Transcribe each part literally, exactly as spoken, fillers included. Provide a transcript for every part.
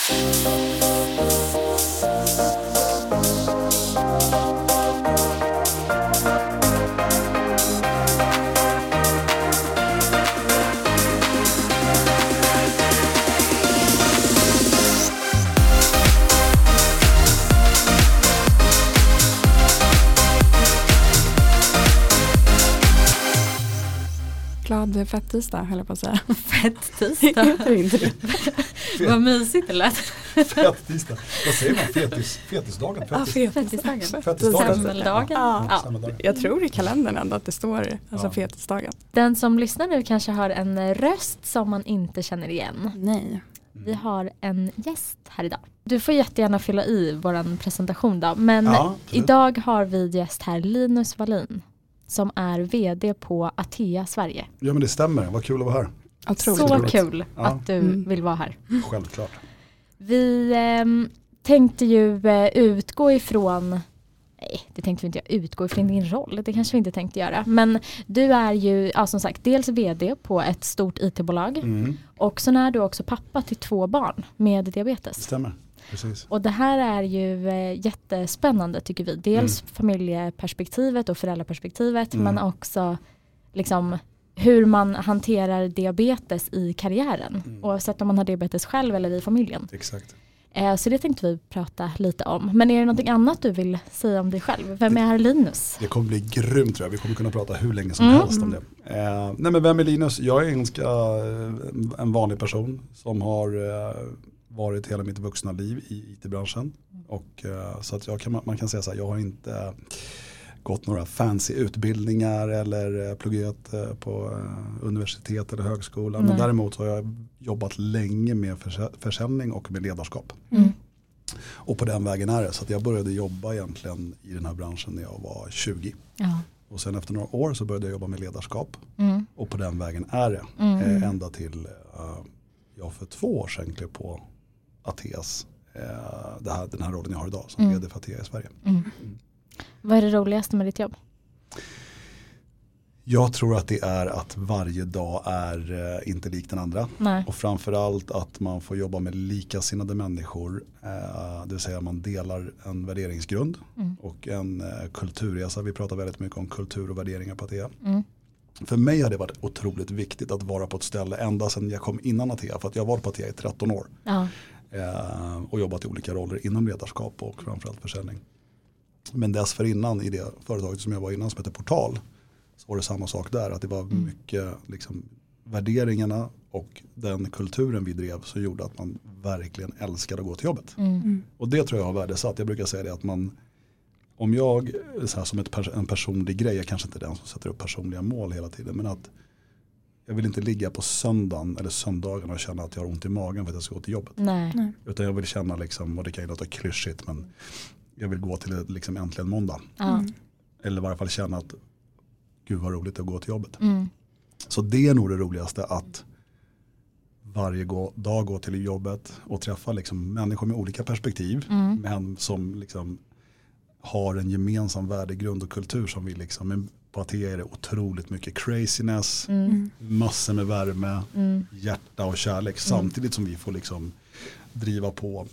Glad fett-tisdag, höll jag på att säga. Fett-tisdag? Vad mysigt det lät. Fett-tisdag. Vad säger man? Fetis, fetisdagen? Fetis. Ja, fetisdagen. Fetisdagen. Sammeldagen. Ja. Ja. Sammeldagen. Jag tror i kalendern ändå att det står alltså Ja. fetisdagen. Den som lyssnar nu kanske har en röst som man inte känner igen. Nej. Vi har en gäst här idag. Du får jättegärna fylla i vår presentation då. Men Ja, idag har vi gäst här Linus Wallin som är vd på Atea Sverige. Ja, men det stämmer. Vad kul att vara här. Otroligt Så roligt. kul Ja. att du Mm. vill vara här. Självklart. Vi eh, tänkte ju eh, utgå ifrån, nej det tänkte vi inte göra, utgå ifrån din roll, det kanske vi inte tänkte göra. Men du är ju, ja, som sagt, dels vd på ett stort I T-bolag Mm. och så är du också pappa till två barn med Det diabetes. stämmer. Precis. Och det här är ju eh, jättespännande tycker vi. Dels Mm. familjeperspektivet och föräldraperspektivet Mm. men också liksom hur man hanterar diabetes i karriären. Mm. Oavsett om man har diabetes själv eller i familjen. Exakt. Eh, så det tänkte vi prata lite om. Men är det någonting annat du vill säga om dig själv? Vem är Linus? Det kommer bli grymt tror jag. Vi kommer kunna prata hur länge som Mm. helst om det. Eh, nej men vem är Linus? Jag är en ganska eh, en vanlig person som har eh, varit hela mitt vuxna liv i I T-branschen. Och, eh, så att jag kan, man kan säga så här, jag har inte gått några fancy utbildningar eller eh, pluggat eh, på eh, universitet eller högskola. Nej. Men däremot har jag jobbat länge med förs- försäljning och med ledarskap. Mm. Och på den vägen är det. Så att jag började jobba egentligen i den här branschen när jag var tjugo. Ja. Och sen efter några år så började jag jobba med ledarskap. Mm. Och på den vägen är det. Mm. Eh, ända till eh, jag för två år sedan klev på Ateas, eh, det här, den här rollen jag har idag som Mm. vd för Atea i Sverige. Mm. Vad är det roligaste med ditt jobb? Jag tror att det är att varje dag är eh, inte lik den andra. Nej. Och framförallt att man får jobba med likasinnade människor. Eh, det vill säga man delar en värderingsgrund Mm. och en eh, kulturresa. Vi pratar väldigt mycket om kultur och värderingar på Atea. Mm. För mig har det varit otroligt viktigt att vara på ett ställe ända sedan jag kom innan Atea. För att jag har varit på Atea i tretton år. Ja. Eh, och jobbat i olika roller inom ledarskap och framförallt försäljning. Men dessförinnan i det företaget som jag var innan som heter Portal så var det samma sak där. Att det var Mm. mycket liksom, värderingarna och den kulturen vi drev som gjorde att man verkligen älskade att gå till jobbet. Mm. Och det tror jag har värdesatt. Jag brukar säga det att man, om jag, så här, som ett pers- en personlig grej, jag kanske inte är den som sätter upp personliga mål hela tiden, men att jag vill inte ligga på söndagen eller söndagen och känna att jag har ont i magen för att jag ska gå till jobbet. Nej. Nej. Utan jag vill känna, liksom, och det kan ju låta klyschigt, men jag vill gå till ett, liksom, äntligen måndag. Ja. Mm. Eller i varje fall känna att gud vad roligt att gå till jobbet. Mm. Så det är nog det roligaste, att varje gå, dag gå till jobbet och träffa liksom, människor med olika perspektiv. Mm. Men som liksom, har en gemensam värdegrund och kultur som vi liksom, men på Atea är det otroligt mycket craziness, Mm. Mm. massor med värme, Mm. hjärta och kärlek samtidigt som vi får liksom driva på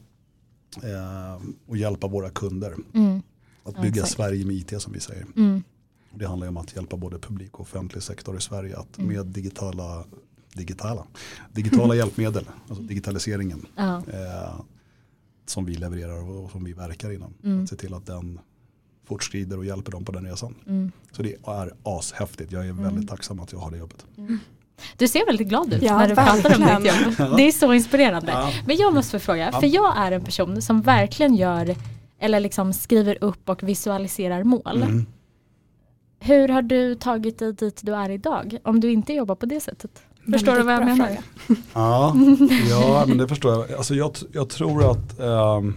eh, och hjälpa våra kunder Mm. att Ja, bygga exakt. Sverige med I T som vi säger. Mm. Det handlar ju om att hjälpa både publik och offentlig sektor i Sverige att Mm. med digitala digitala, digitala hjälpmedel, alltså digitaliseringen Ja. eh, som vi levererar och, och som vi verkar inom. Mm. Att se till att den fortskrider och hjälper dem på den resan. Mm. Så det är ashäftigt. Jag är Mm. väldigt tacksam att jag har det jobbet. Du ser väldigt glad ut Ja, när du pratar om verkligen. ditt jobb. Ja. Det är så inspirerande. Ja. Men jag måste få fråga, Ja. för jag är en person som verkligen gör eller liksom skriver upp och visualiserar mål. Mm. Hur har du tagit dig dit du är idag om du inte jobbar på det sättet? Förstår du Väldigt vad jag bra menar? fråga. Ja, ja, men det förstår jag. Alltså jag, jag tror att ehm,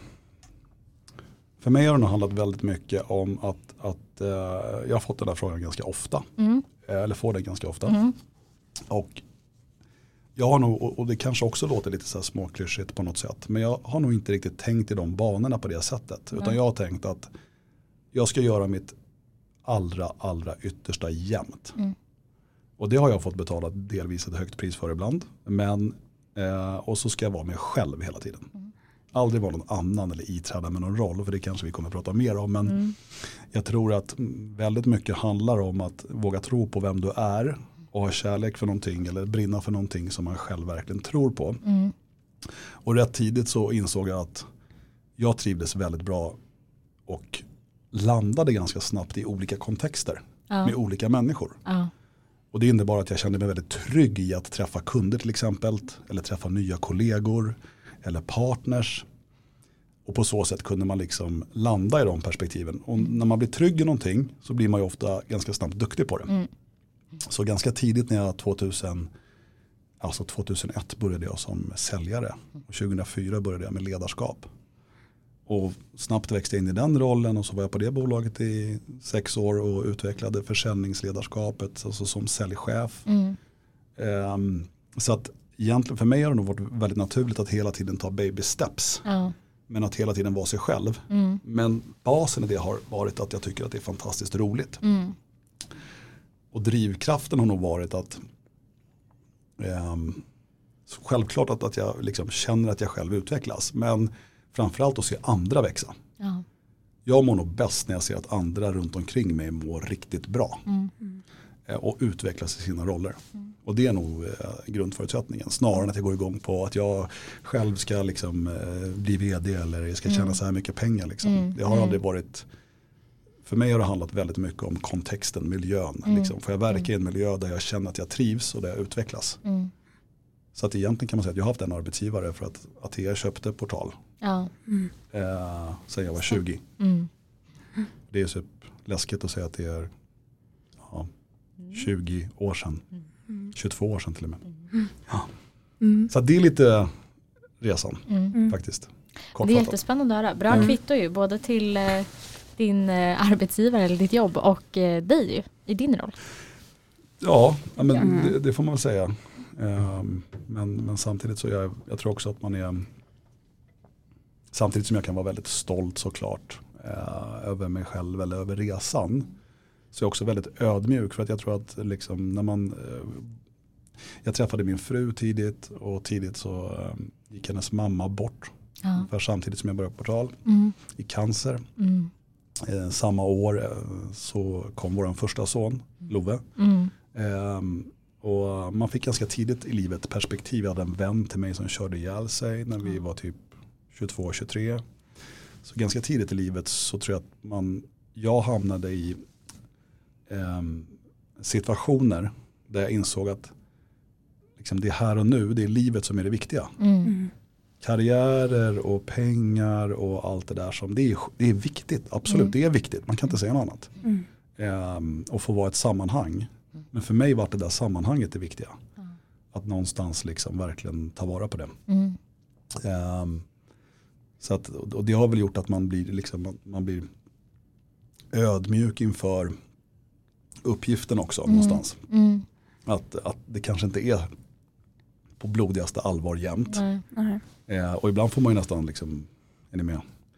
för mig har det nog handlat väldigt mycket om att, att eh, jag har fått den där frågan ganska ofta. Mm. Eh, eller får den ganska ofta. Mm. Och jag har nog, och det kanske också låter lite så här småklyschigt på något sätt, men jag har nog inte riktigt tänkt i de banorna på det sättet. Utan Nej. jag har tänkt att jag ska göra mitt allra, allra yttersta jämt. Mm. Och det har jag fått betala delvis ett högt pris för ibland. Men, eh, och så ska jag vara mig själv hela tiden. Mm. aldrig vara någon annan eller iträda med någon roll, för det kanske vi kommer att prata mer om. Men mm. jag tror att väldigt mycket handlar om att våga tro på vem du är och ha kärlek för någonting eller brinna för någonting som man själv verkligen tror på. Mm. Och rätt tidigt så insåg jag att jag trivdes väldigt bra och landade ganska snabbt i olika kontexter ja. Med olika människor. Ja. Och det innebar att jag kände mig väldigt trygg i att träffa kunder till exempel, eller träffa nya kollegor eller partners. Och på så sätt kunde man liksom landa i de perspektiven. Och när man blir trygg i någonting så blir man ju ofta ganska snabbt duktig på det. Mm. Så ganska tidigt när jag tvåtusen, alltså tjugohundraett började jag som säljare. Och tjugohundrafyra började jag med ledarskap. Och snabbt växte jag in i den rollen och så var jag på det bolaget i sex år och utvecklade försäljningsledarskapet, alltså som säljchef. Mm. Um, så att egentligen för mig har det nog varit väldigt naturligt att hela tiden ta baby steps. Ja. Men att hela tiden vara sig själv. Mm. Men basen i det har varit att jag tycker att det är fantastiskt roligt. Mm. Och drivkraften har nog varit att um, självklart att, att jag liksom känner att jag själv utvecklas. Men framförallt att se andra växa. Ja. Jag mår nog bäst när jag ser att andra runt omkring mig mår riktigt bra. Mm. Mm. Och utvecklas i sina roller. Mm. Och det är nog eh, grundförutsättningen. Snarare än att jag går igång på att jag själv ska liksom, eh, bli vd eller jag ska tjäna mm. så här mycket pengar. Liksom. Mm. Det har aldrig varit, för mig har det handlat väldigt mycket om kontexten, miljön. Mm. Liksom. Får jag verka i en miljö där jag känner att jag trivs och där jag utvecklas. Mm. Så att egentligen kan man säga att jag har haft en arbetsgivare för att Atea köpte Portal. Ja. Mm. Eh, sen jag var tjugo. Mm. Det är så läskigt att säga att det är ja, tjugo år sedan. Mm. tjugotvå år sedan till och med. Mm. Ja. Mm. Så det är lite resan mm. faktiskt. Det är jättespännande att höra. Bra mm. kvitto ju både till eh, din eh, arbetsgivare eller ditt jobb och eh, dig ju, i din roll. Ja, men mm. det, det får man väl säga. Um, men, men samtidigt så jag, jag tror också att man är samtidigt som jag kan vara väldigt stolt såklart uh, över mig själv eller över resan, så är jag också väldigt ödmjuk för att jag tror att liksom när man uh, jag träffade min fru tidigt och tidigt så uh, gick hennes mamma bort ja. För samtidigt som jag började på Portal mm. i cancer. Mm. Uh, samma år uh, så kom vår första son Love. Mm. Um, Och man fick ganska tidigt i livet perspektiv. Jag hade en vän till mig som körde ihjäl sig när vi var typ tjugotvå tjugotre. Så ganska tidigt i livet så tror jag att man, jag hamnade i eh, situationer där jag insåg att liksom det är här och nu, det är livet som är det viktiga. Mm. Karriärer och pengar och allt det där som, det är, det är viktigt, absolut mm. det är viktigt, man kan inte säga något annat. Mm. Eh, och få vara ett sammanhang. Men för mig var det där sammanhanget det viktiga. Mm. Att någonstans liksom verkligen ta vara på det. Mm. Um, så att, och det har väl gjort att man blir, liksom, man, man blir ödmjuk inför uppgiften också mm. någonstans. Mm. Att, att det kanske inte är på blodigaste allvar jämt. Mm. Mm. Uh, och ibland får man ju nästan, liksom, är ni med?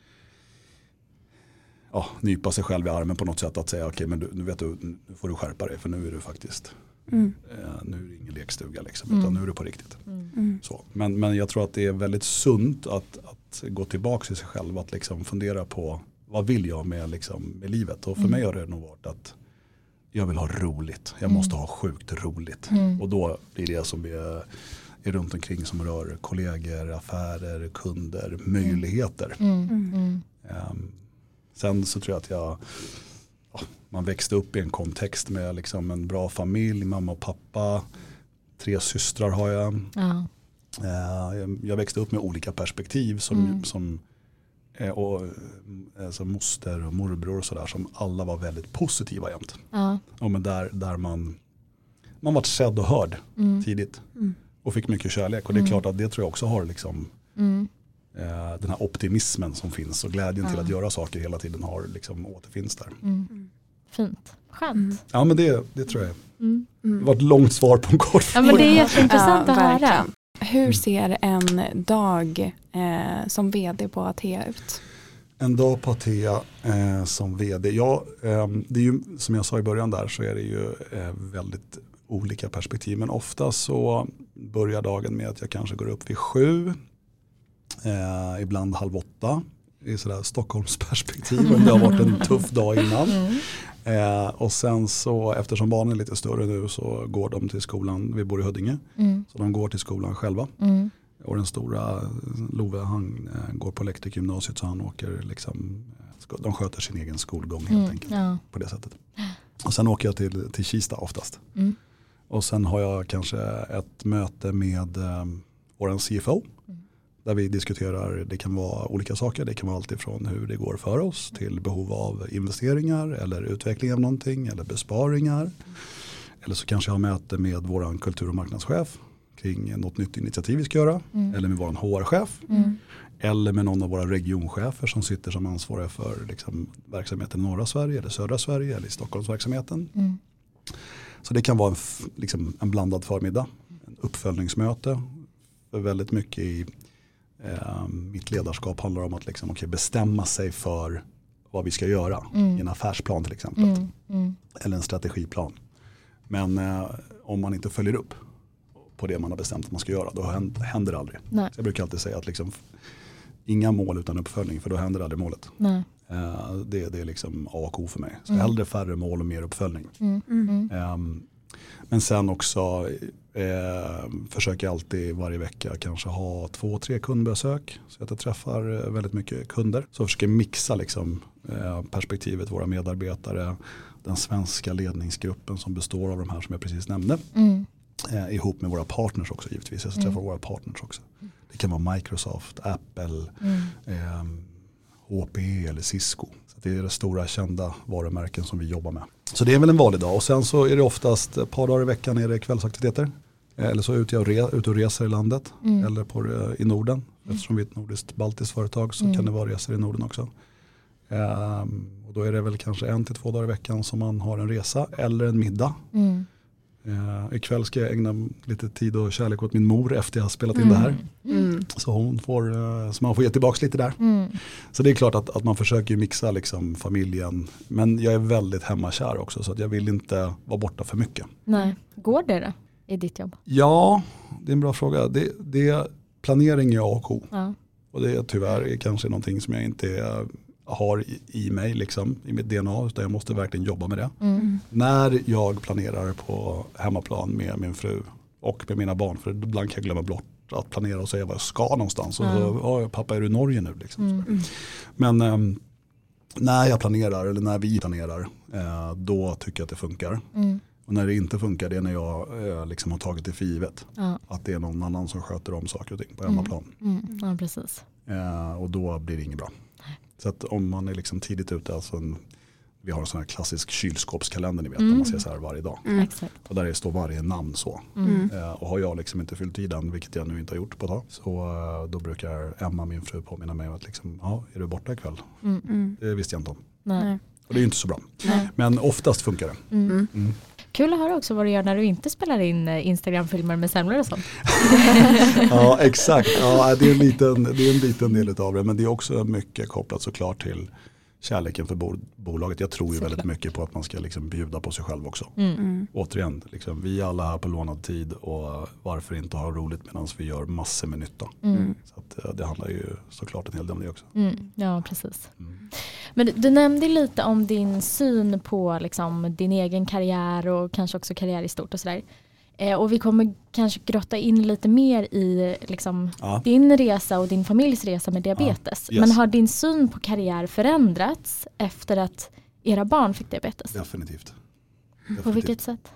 Ja, nypa sig själv i armen på något sätt att säga okej okay, men du, nu vet du, nu får du skärpa dig för nu är du faktiskt mm. eh, nu är det ingen lekstuga liksom, mm. utan nu är det på riktigt. Mm. Så. Men, men jag tror att det är väldigt sunt att, att gå tillbaka till sig själv, att liksom fundera på vad vill jag med, liksom, med livet, och för mm. mig har det nog varit att jag vill ha roligt, jag måste mm. ha sjukt roligt mm. och då blir det som är, är runt omkring som rör kollegor, affärer, kunder, möjligheter. Mm. Mm. Um, Sen så tror jag att jag, man växte upp i en kontext med liksom en bra familj, mamma och pappa, tre systrar har jag. Ja. Jag växte upp med olika perspektiv som, mm. som och, alltså moster och morbror och sådär, som alla var väldigt positiva jämt. Ja. Och men där, där man, man var sedd och hörd mm. tidigt mm. och fick mycket kärlek. Och det är klart att det tror jag också har liksom mm. den här optimismen som finns och glädjen ja. Till att göra saker hela tiden har liksom återfinns där. Mm. Fint. Skönt. Mm. Ja, men det, det tror jag. Mm. Mm. Det var ett långt svar på en kort fråga. Ja, men det är jätteintressant ja, att höra. Hur ser en dag eh, som vd på Atea ut? En dag på Atea eh, som vd. Ja, eh, det är ju, som jag sa i början där, så är det ju eh, väldigt olika perspektiv. Men ofta så börjar dagen med att jag kanske går upp vid sju. Eh, ibland halv åtta i sådär Stockholms perspektiv om det har varit en tuff dag innan. Mm. Eh, och sen så eftersom barnen är lite större nu så går de till skolan, vi bor i Huddinge, mm. så de går till skolan själva. Mm. Och den stora Love, han eh, går på elektrikgymnasiet så han åker liksom, de sköter sin egen skolgång helt mm. enkelt ja. På det sättet. Och sen åker jag till, till Kista oftast. Mm. Och sen har jag kanske ett möte med eh, vår C F O. Mm. Där vi diskuterar, det kan vara olika saker. Det kan vara allt ifrån hur det går för oss till behov av investeringar eller utveckling av någonting eller besparingar. Mm. Eller så kanske jag har möte med vår kultur- och marknadschef kring något nytt initiativ vi ska göra. Mm. Eller med vår H R-chef. Mm. Eller med någon av våra regionchefer som sitter som ansvariga för liksom, verksamheten i norra Sverige eller södra Sverige eller i Stockholmsverksamheten. Mm. Så det kan vara en, liksom, en blandad förmiddag. En uppföljningsmöte. För väldigt mycket i eh, mitt ledarskap handlar om att liksom, okay, bestämma sig för vad vi ska göra. Mm. I en affärsplan till exempel. Mm. Mm. Eller en strategiplan. Men eh, om man inte följer upp på det man har bestämt att man ska göra, då händer det aldrig. Så jag brukar alltid säga att liksom, inga mål utan uppföljning, för då händer aldrig målet. Nej. Uh, det, det är liksom A och O för mig. Så mm. hellre färre mål och mer uppföljning. Mm. Mm. Um, men sen också uh, försöker jag alltid varje vecka kanske ha två, tre kundbesök. Så att jag träffar väldigt mycket kunder. Så jag försöker mixa liksom, uh, perspektivet, våra medarbetare, den svenska ledningsgruppen som består av de här som jag precis nämnde. Mm. Eh, ihop med våra partners också givetvis. Jag ska träffa mm. våra partners också. Det kan vara Microsoft, Apple, mm. eh, H P eller Cisco. Så det är det stora kända varumärken som vi jobbar med. Så det är väl en vanlig dag. Och sen så är det oftast ett par dagar i veckan är det kvällsaktiviteter. Eh, eller så är jag re, ute och reser i landet. Mm. Eller på, i Norden. Eftersom vi är ett nordiskt baltiskt företag så mm. kan det vara resor i Norden också. Eh, och då är det väl kanske en till två dagar i veckan som man har en resa eller en middag. Mm. Uh, ikväll ska jag ägna lite tid och kärlek åt min mor efter jag har spelat in mm. det här. Mm. Så hon får, uh, så man får ge tillbaka lite där. Mm. Så det är klart att, att man försöker mixa liksom familjen. Men jag är väldigt hemmakär också så att jag vill inte vara borta för mycket. Nej. Går det då i ditt jobb? Ja, det är en bra fråga. Det, det, planering är A och O. Ja. Och det är tyvärr kanske någonting som jag inte har i, i mig liksom, i mitt D N A, utan jag måste verkligen jobba med det. Mm. När jag planerar på hemmaplan med min fru och med mina barn, för ibland kan jag glömma bort att planera och säga vad jag ska någonstans. Mm. Och så, oh, pappa är du i Norge nu? Liksom. Mm. Men um, när jag planerar eller när vi planerar, eh, då tycker jag att det funkar. Mm. Och när det inte funkar, det är när jag eh, liksom har tagit det för givet. Ja. Att det är någon annan som sköter om saker och ting på hemmaplan. Mm. Mm. Ja, precis. Eh, och då blir det inget bra. Så att om man är liksom tidigt ute, alltså en, vi har en sån här klassisk kylskåpskalender ni vet, mm. där man ser så här varje dag. Mm. Och där det står varje namn så. Mm. Eh, och har jag liksom inte fyllt i den, vilket jag nu inte har gjort på ett tag, så eh, då brukar Emma, min fru, påminna mig om att liksom, ja, är du borta ikväll? Mm. Mm. Det visste jag inte om. Nej. Och det är ju inte så bra. Nej. Men oftast funkar det. Mm. Mm. Kul att höra också vad du gör när du inte spelar in Instagram-filmer med semlor och sånt. Ja, exakt. Ja, det är en liten, det är en liten del av det. Men det är också mycket kopplat såklart till kärleken för bo- bolaget. Jag tror ju såklart väldigt mycket på att man ska liksom bjuda på sig själv också. Mm. Mm. Återigen, liksom, vi är alla här på lånad tid och varför inte ha roligt medan vi gör massor med nytta. Mm. Så att, det handlar ju såklart en hel del om det också. Mm. Ja, precis. Mm. Men du, du nämnde lite om din syn på liksom, din egen karriär och kanske också karriär i stort och sådär. Eh, och vi kommer kanske grotta in lite mer i liksom, ja. din resa och din familjs resa med diabetes. Ja. Yes. Men har din syn på karriär förändrats efter att era barn fick diabetes? Definitivt. Definitivt. På vilket sätt?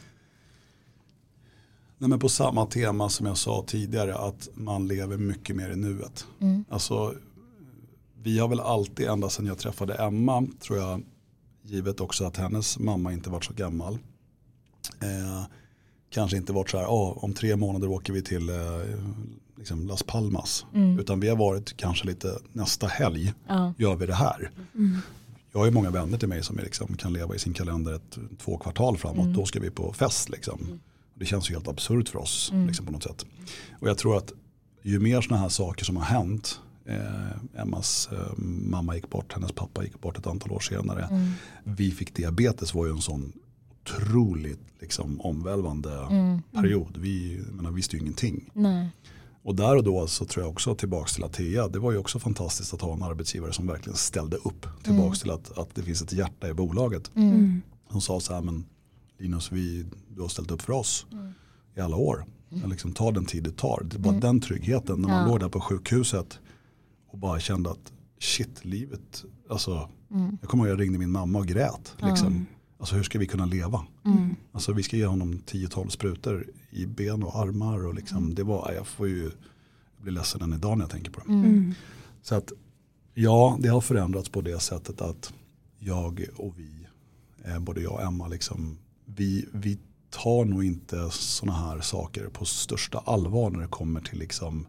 Nej, men på samma tema som jag sa tidigare, att man lever mycket mer i nuet. Mm. Alltså, vi har väl alltid, ända sedan jag träffade Emma, tror jag, givet också att hennes mamma inte varit så gammal. Eh, kanske inte varit så här, oh, om tre månader åker vi till eh, liksom Las Palmas. Mm. Utan vi har varit kanske lite, nästa helg ja. gör vi det här. Mm. Jag har ju många vänner till mig som liksom kan leva i sin kalender ett, två kvartal framåt. Mm. Då ska vi på fest liksom. Mm. Det känns ju helt absurt för oss mm. liksom, på något sätt. Och jag tror att ju mer såna här saker som har hänt, Eh, Emmas eh, mamma gick bort, hennes pappa gick bort ett antal år senare. Mm. Vi fick diabetes, var ju en sån otroligt liksom, omvälvande mm. period. Vi menar, visste ju ingenting. Nej. Och där och då så tror jag också tillbaka till Atea. Det var ju också fantastiskt att ha en arbetsgivare som verkligen ställde upp. Tillbaka mm. till att, att det finns ett hjärta i bolaget. Mm. Som sa så här, men Linus, vi, du har ställt upp för oss mm. i alla år. Mm. Liksom, ta den tid det tar. Det är bara mm. den tryggheten när man ja. låg där på sjukhuset och bara kände att shit, livet. Alltså, mm. jag kommer ihåg att jag ringde min mamma och grät. Liksom. Mm. Alltså hur ska vi kunna leva? Mm. Alltså vi ska ge honom tio tolv sprutor i ben och armar. Och liksom, mm. det var, jag får ju bli ledsen än idag när jag tänker på det. Mm. Så att ja, det har förändrats på det sättet att jag och vi, eh, både jag och Emma, liksom, vi, vi tar nog inte såna här saker på största allvar när det kommer till liksom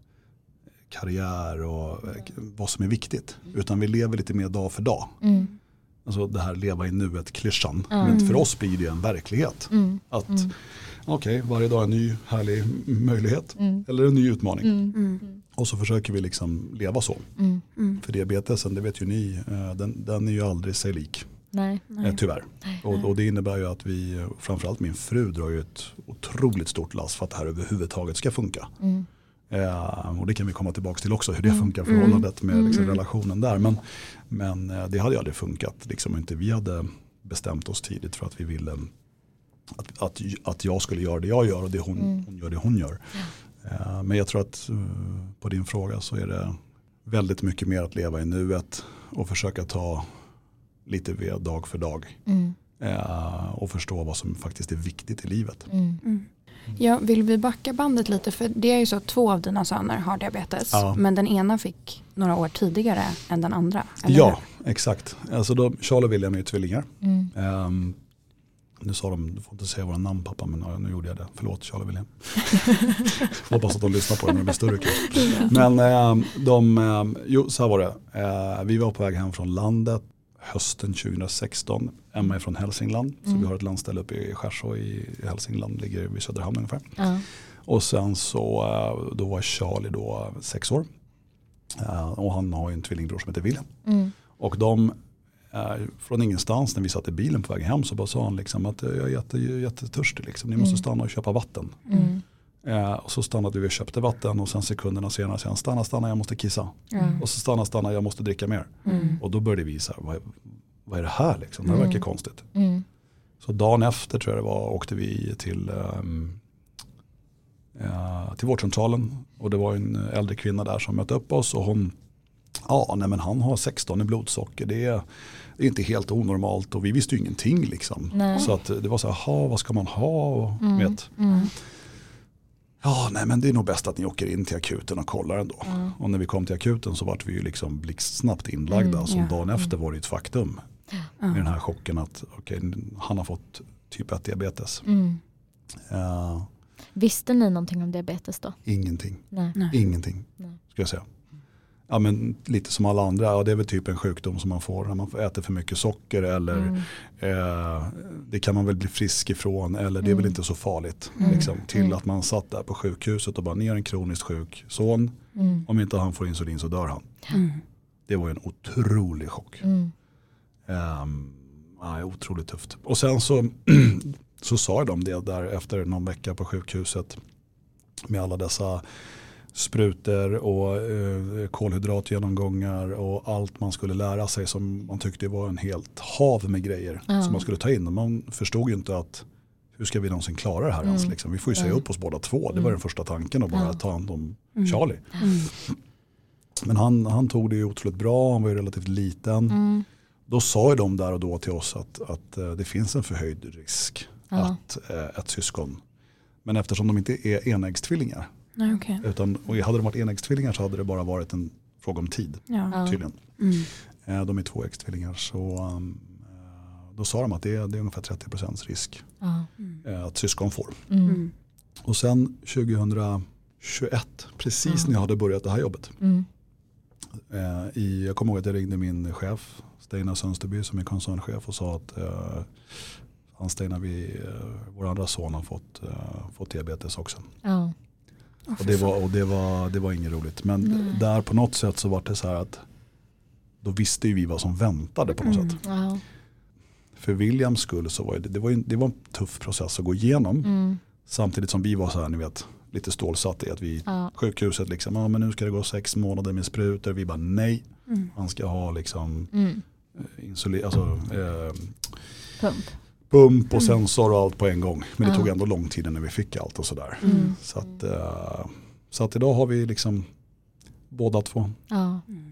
karriär och eh, vad som är viktigt. Utan vi lever lite mer dag för dag. Mm. Alltså det här leva i nuet klyschan. Mm. Men för oss blir det en verklighet. Mm. Att mm. okej, okay, varje dag är en ny härlig möjlighet. Mm. Eller en ny utmaning. Mm. Mm. Och så försöker vi liksom leva så. Mm. Mm. För diabetesen, det vet ju ni, den, den är ju aldrig sig lik. Nej. Eh, tyvärr. Nej. Och, och det innebär ju att vi, framförallt min fru drar ju ett otroligt stort lass för att det här överhuvudtaget ska funka. Mm. Eh, och det kan vi komma tillbaka till också, hur det funkar förhållandet med liksom, mm. relationen där. Men, men eh, det hade ju aldrig funkat. Liksom, inte vi hade bestämt oss tidigt för att vi ville att, att, att jag skulle göra det jag gör och det hon, mm. hon gör det hon gör. Eh, men jag tror att uh, på din fråga så är det väldigt mycket mer att leva i nuet och försöka ta lite ved dag för dag. Mm. Eh, och förstå vad som faktiskt är viktigt i livet. Mm. Mm. Ja, vill vi backa bandet lite? För det är ju så att två av dina söner har diabetes. Ja. Men den ena fick några år tidigare än den andra. Eller ja, hur? Exakt. Alltså då, Charlie och William är ju tvillingar. Mm. Um, nu sa de, du får inte säga våra namn pappa, men ja, nu gjorde jag det. Förlåt Charlie och William. Hoppas att de lyssnar på det när de blir större. Men um, de, um, jo så här var det. Uh, vi var på väg hem från landet hösten tjugohundrasexton. Emma är från Hälsingland. Mm. Så vi har ett landställe uppe i Skärså i Hälsingland. Ligger vid Söderhamn ungefär. Mm. Och sen så då var Charlie då sex år. Och han har ju en tvillingbror som heter William. Mm. Och de från ingenstans när vi satt i bilen på väg hem så bara sa han liksom att jag är jätte, jättetörstig. Liksom. Ni måste mm. stanna och köpa vatten. Mm. Eh, och så stannade vi och köpte vatten och sen sekunderna senare så han stanna, stanna, jag måste kissa. Mm. Och så stanna, stanna, jag måste dricka mer. Mm. Och då började vi så här, vad, vad är det här liksom? Det här mm. verkar konstigt. Mm. Så dagen efter tror jag det var, åkte vi till, um, uh, till vårdcentralen och det var en äldre kvinna där som mötte upp oss och hon, ja nej men han har sexton i blodsocker, det är, det är inte helt onormalt och vi visste ju ingenting liksom. Nej. Så att det var så här, vad ska man ha? Och, mm. vet. Mm. Ja, nej men det är nog bäst att ni åker in till akuten och kollar ändå. Mm. Och när vi kom till akuten så var vi ju liksom blixtsnabbt inlagda. Mm, som ja. dagen efter var det ett faktum. Mm. Med den här chocken att okay, han har fått typ ett diabetes. Mm. Uh, Visste ni någonting om diabetes då? Ingenting. Nej. Ingenting, nej. Ska jag säga. Ja, men lite som alla andra, ja, det är väl typ en sjukdom som man får när man äter för mycket socker eller mm. eh, det kan man väl bli frisk ifrån eller det är mm. väl inte så farligt mm. liksom, till mm. att man satt där på sjukhuset och bara ner en kroniskt sjuk son, mm. om inte han får insulin så dör han. Mm. Det var ju en otrolig chock. Mm. Um, ja, otroligt tufft. Och sen så, så sa de det där efter någon vecka på sjukhuset med alla dessa sprutor och eh, kolhydratgenomgångar och allt man skulle lära sig som man tyckte var en helt hav med grejer mm. som man skulle ta in. Och man förstod ju inte att hur ska vi någonsin klara det här mm. ens? Liksom. Vi får ju säga upp oss båda två. Det var den första tanken att bara mm. ta hand om mm. Charlie. Mm. Men han, han tog det ju otroligt bra. Han var ju relativt liten. Mm. Då sa ju de där och då till oss att, att uh, det finns en förhöjd risk mm. att uh, ett syskon. Men eftersom de inte är enäggstvillingar Nej, okay. utan, och hade de varit enäggstvillingar så hade det bara varit en fråga om tid. Ja. Tydligen. Mm. De är tvåäggstvillingar så um, då sa de att det är, det är ungefär trettio procent risk mm. att syskon får. Mm. Och sen tjugohundratjugoett, precis mm. när jag hade börjat det här jobbet. Mm. Eh, i, jag kommer ihåg att jag ringde min chef, Steinar Sönsterby som är koncernchef och sa att eh, han Steinar, vi, eh, vår andra son har fått, eh, fått diabetes också. Ja. Och, det var, och det, var, det var inget roligt. Men Nej. där på något sätt så var det så här att då visste ju vi vad som väntade på något mm. sätt. Wow. För Williams skull så var det, det, var ju, det var en tuff process att gå igenom. Mm. Samtidigt som vi var så här, ni vet, lite stålsatt i att vi ja. sjukhuset liksom, ja men nu ska det gå sex månader med sprutor. Vi bara nej, mm. man ska ha liksom mm. insulin, alltså eh, pump. pump och sensor och allt på en gång. Men det ja. tog ändå lång tid när vi fick allt och sådär. Mm. Så, att, eh, så att idag har vi liksom båda två. Ja. Mm.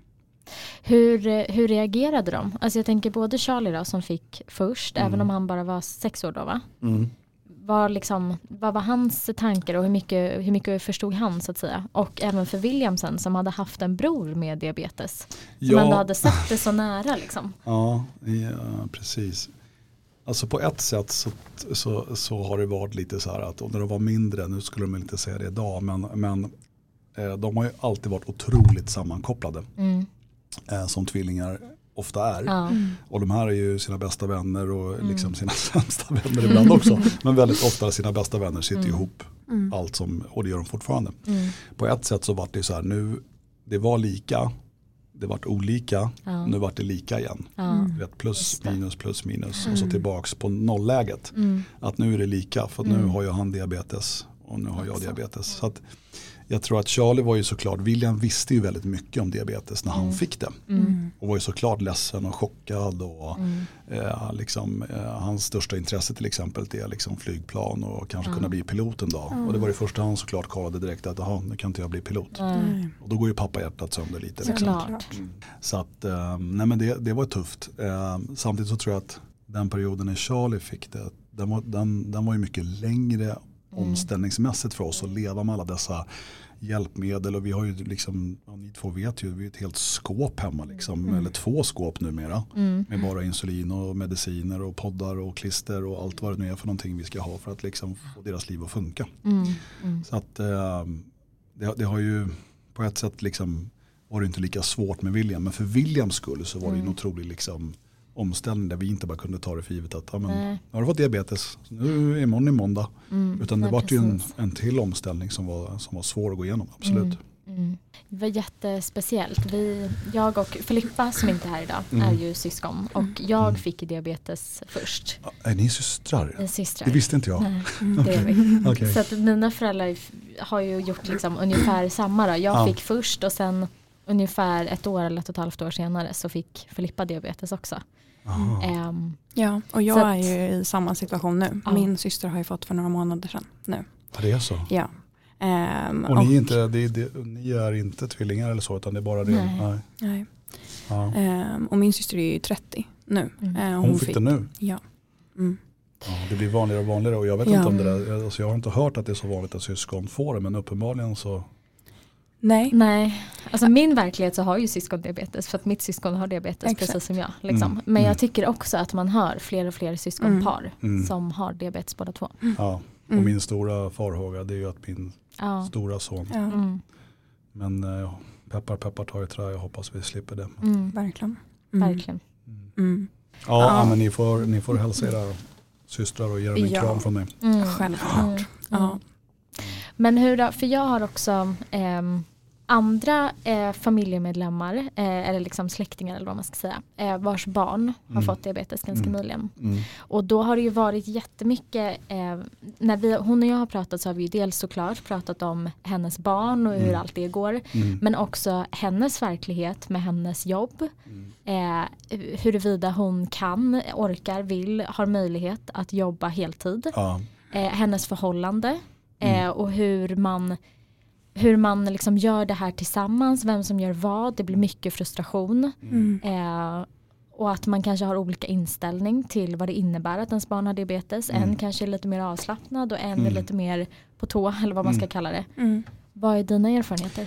Hur, hur reagerade de? Alltså jag tänker både Charlie då, som fick först, mm. även om han bara var sex år då va? Mm. Var liksom, vad var hans tankar och hur mycket, hur mycket förstod han så att säga? Och även för Williamsen som hade haft en bror med diabetes. Som ja. ändå hade sett det så nära liksom. Ja, ja precis. Alltså på ett sätt så, så, så har det varit lite så här att när de var mindre, nu skulle de inte säga det idag, men, men eh, de har ju alltid varit otroligt sammankopplade. Mm. Eh, som tvillingar ofta är. Ja. Mm. Och de här är ju sina bästa vänner och mm. liksom sina sämsta vänner ibland också. Men väldigt ofta sina bästa vänner sitter mm. ihop mm. allt som, och det gör de fortfarande. Mm. På ett sätt så var det så här, nu, det var lika, det var olika, ja. nu var det lika igen. Ja. Vet, plus minus, plus minus mm. och så tillbaks på nollläget. Mm. Att nu är det lika, för mm. nu har jag han diabetes och nu har jag diabetes. Så att jag tror att Charlie var ju såklart, William visste ju väldigt mycket om diabetes när han mm. fick det. Mm. Och var ju såklart ledsen och chockad. Och, mm. eh, liksom, eh, hans största intresse till exempel är liksom flygplan och kanske mm. kunna bli pilot en dag. Mm. Och det var det första han såklart kollade direkt att aha, nu kan inte jag bli pilot. Mm. Och då går ju pappa hjärtat sönder lite. Liksom. Mm. Så att, eh, nej men det, det var tufft. Eh, samtidigt så tror jag att den perioden när Charlie fick det, den var, den, den var ju mycket längre omställningsmässigt för oss att leva med alla dessa hjälpmedel och vi har ju liksom, ja, ni två vet ju, vi har ett helt skåp hemma liksom, mm. eller två skåp numera mm. med bara insulin och mediciner och poddar och klister och allt vad det nu är för någonting vi ska ha för att liksom få deras liv att funka. Mm. Mm. Så att eh, det, det har ju på ett sätt liksom var det inte lika svårt med William, men för Williams skull så var det ju en otrolig liksom omställning där vi inte bara kunde ta det för givet att ja, men, nu har du fått diabetes, nu är imorgon i måndag. Mm, utan det nej, var ju en, en till omställning som var, som var svår att gå igenom, absolut. Mm, mm. Det var jättespeciellt. Vi, jag och Filippa som inte är här idag mm. är ju syskon och jag mm. fick diabetes först. Är ni systrar? Är systrar. Det visste inte jag. Nej, det är vi. Okay. Så att mina föräldrar har ju gjort liksom ungefär samma. Då. Jag ja. fick först och sen ungefär ett år eller ett och ett halvt år senare så fick Filippa diabetes också. Um, ja, och jag att, är ju i samma situation nu. Ja. Min syster har ju fått för några månader sedan nu. Ja, det är så? Ja. Um, och, och ni, är inte, det, det, ni är inte tvillingar eller så, utan det är bara det? Nej. nej. nej. Ja. Um, och min syster är ju trettio nu. Mm. Uh, hon, hon fick det nu? Ja. Mm. Ja. Det blir vanligare och vanligare och jag vet ja. inte om det där, alltså jag har inte hört att det är så vanligt att syskon får det, men uppenbarligen så... Nej. Nej. Alltså min verklighet så har ju syskon diabetes för att mitt syskon har diabetes Exakt. precis som jag. Liksom. Mm. Men jag tycker också att man hör fler och fler syskonpar mm. som har diabetes båda två. Mm. Ja, och mm. min stora farhåga det är ju att min ja. stora son. Ja. Mm. Men äh, peppar peppar tar i trä, jag hoppas vi slipper det. Mm. Verkligen. Mm. Verkligen. Mm. Ja, ja, men ni får, ni får hälsa era systrar och ge dem en ja. kram från mig. Mm. Självklart. Mm. Ja. Men hur då, för jag har också eh, andra eh, familjemedlemmar eh, eller liksom släktingar eller vad man ska säga eh, vars barn har mm. fått diabetes ganska mm. nyligen. Mm. Och då har det ju varit jättemycket eh, när vi, hon och jag har pratat så har vi ju dels såklart pratat om hennes barn och hur mm. allt det går mm. men också hennes verklighet med hennes jobb mm. eh, huruvida hon kan, orkar, vill, har möjlighet att jobba heltid ja. eh, hennes förhållande mm. eh, och hur man hur man liksom gör det här tillsammans, vem som gör vad, det blir mycket frustration mm. eh, och att man kanske har olika inställning till vad det innebär att ens barn har diabetes. Mm. En kanske är lite mer avslappnad och en mm. är lite mer på tå eller vad man ska kalla det. Mm. Vad är dina erfarenheter?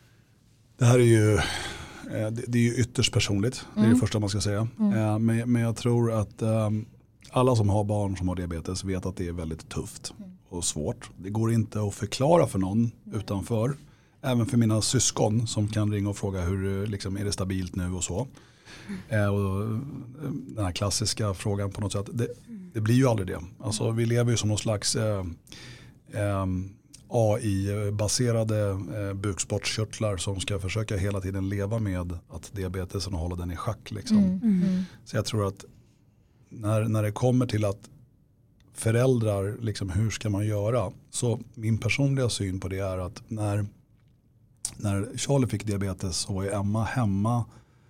Det här är ju det är ju ytterst personligt, det är mm. det första man ska säga. Mm. Men, men jag tror att um, alla som har barn som har diabetes vet att det är väldigt tufft. Mm. Och svårt. Det går inte att förklara för någon mm. utanför. Även för mina syskon som kan ringa och fråga hur liksom, är det stabilt nu och så. Mm. Eh, och den här klassiska frågan på något sätt. Det, det blir ju aldrig det. Alltså, vi lever ju som någon slags eh, eh, A I-baserade eh, bukspottkörtlar som ska försöka hela tiden leva med att diabetesen och hålla den i schack. Liksom. Mm. Mm. Så jag tror att när, när det kommer till att föräldrar, liksom, hur ska man göra? Så min personliga syn på det är att när, när Charlie fick diabetes så var Emma hemma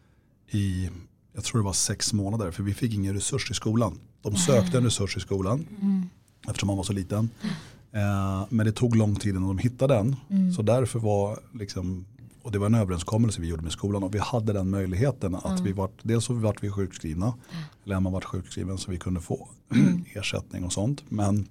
i, jag tror det var sex månader, för vi fick ingen resurs i skolan. De sökte en resurs i skolan mm. eftersom man var så liten. Eh, men det tog lång tid innan de hittade den. Mm. Så därför var liksom, och det var en överenskommelse vi gjorde med skolan, och vi hade den möjligheten att mm. vi var, dels så vart vi sjukskrivna, mm. eller Emma vart sjukskriven så vi kunde få mm. ersättning och sånt. Men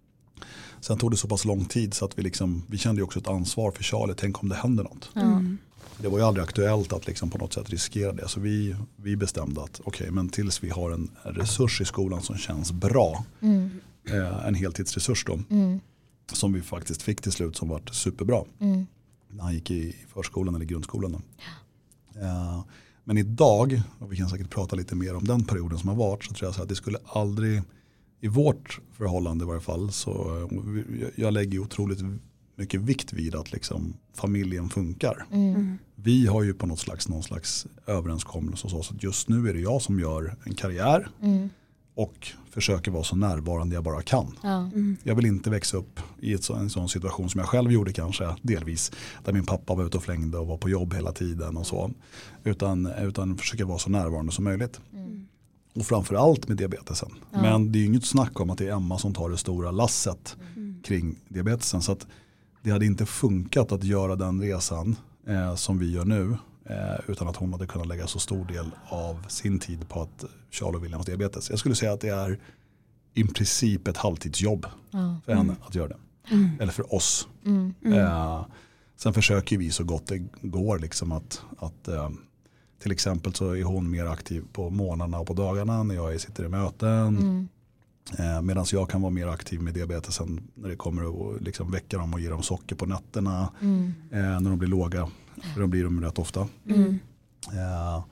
sen tog det så pass lång tid så att vi liksom, vi kände ju också ett ansvar för Charlie, tänk om det händer något. Mm. Det var ju aldrig aktuellt att liksom på något sätt riskera det. Så vi, vi bestämde att okej, okay, men tills vi har en resurs i skolan som känns bra, mm. eh, en heltidsresurs då, mm. som vi faktiskt fick till slut, som var superbra. Mm. När han gick i förskolan eller grundskolan. Då. Ja. Eh, men idag, och vi kan säkert prata lite mer om den perioden som har varit, så tror jag så att det skulle aldrig, i vårt förhållande i varje fall, så jag, jag lägger otroligt mycket vikt vid att liksom familjen funkar. Mm. Vi har ju på något slags, någon slags överenskommelse och så, så att just nu är det jag som gör en karriär mm. och försöker vara så närvarande jag bara kan. Ja. Mm. Jag vill inte växa upp i ett så, en sån situation som jag själv gjorde kanske delvis, där min pappa var ute och flängde och var på jobb hela tiden och så, utan, utan försöka vara så närvarande som möjligt. Mm. Och framförallt med diabetesen. Ja. Men det är ju inget snack om att det är Emma som tar det stora lasset mm. kring diabetesen, så att det hade inte funkat att göra den resan eh, som vi gör nu eh, utan att hon hade kunnat lägga så stor del av sin tid på att Charlie och Williams diabetes. Jag skulle säga att det är i princip ett halvtidsjobb mm. för henne att göra det. Mm. Eller för oss. Mm. Mm. Eh, sen försöker vi så gott det går liksom att, att eh, till exempel så är hon mer aktiv på morgnarna och på dagarna när jag sitter i möten. Mm. Eh, Medan jag kan vara mer aktiv med diabetesen när det kommer att liksom väcka dem och ge dem socker på nätterna. Mm. Eh, när de blir låga. För de blir de rätt ofta. Mm. Eh,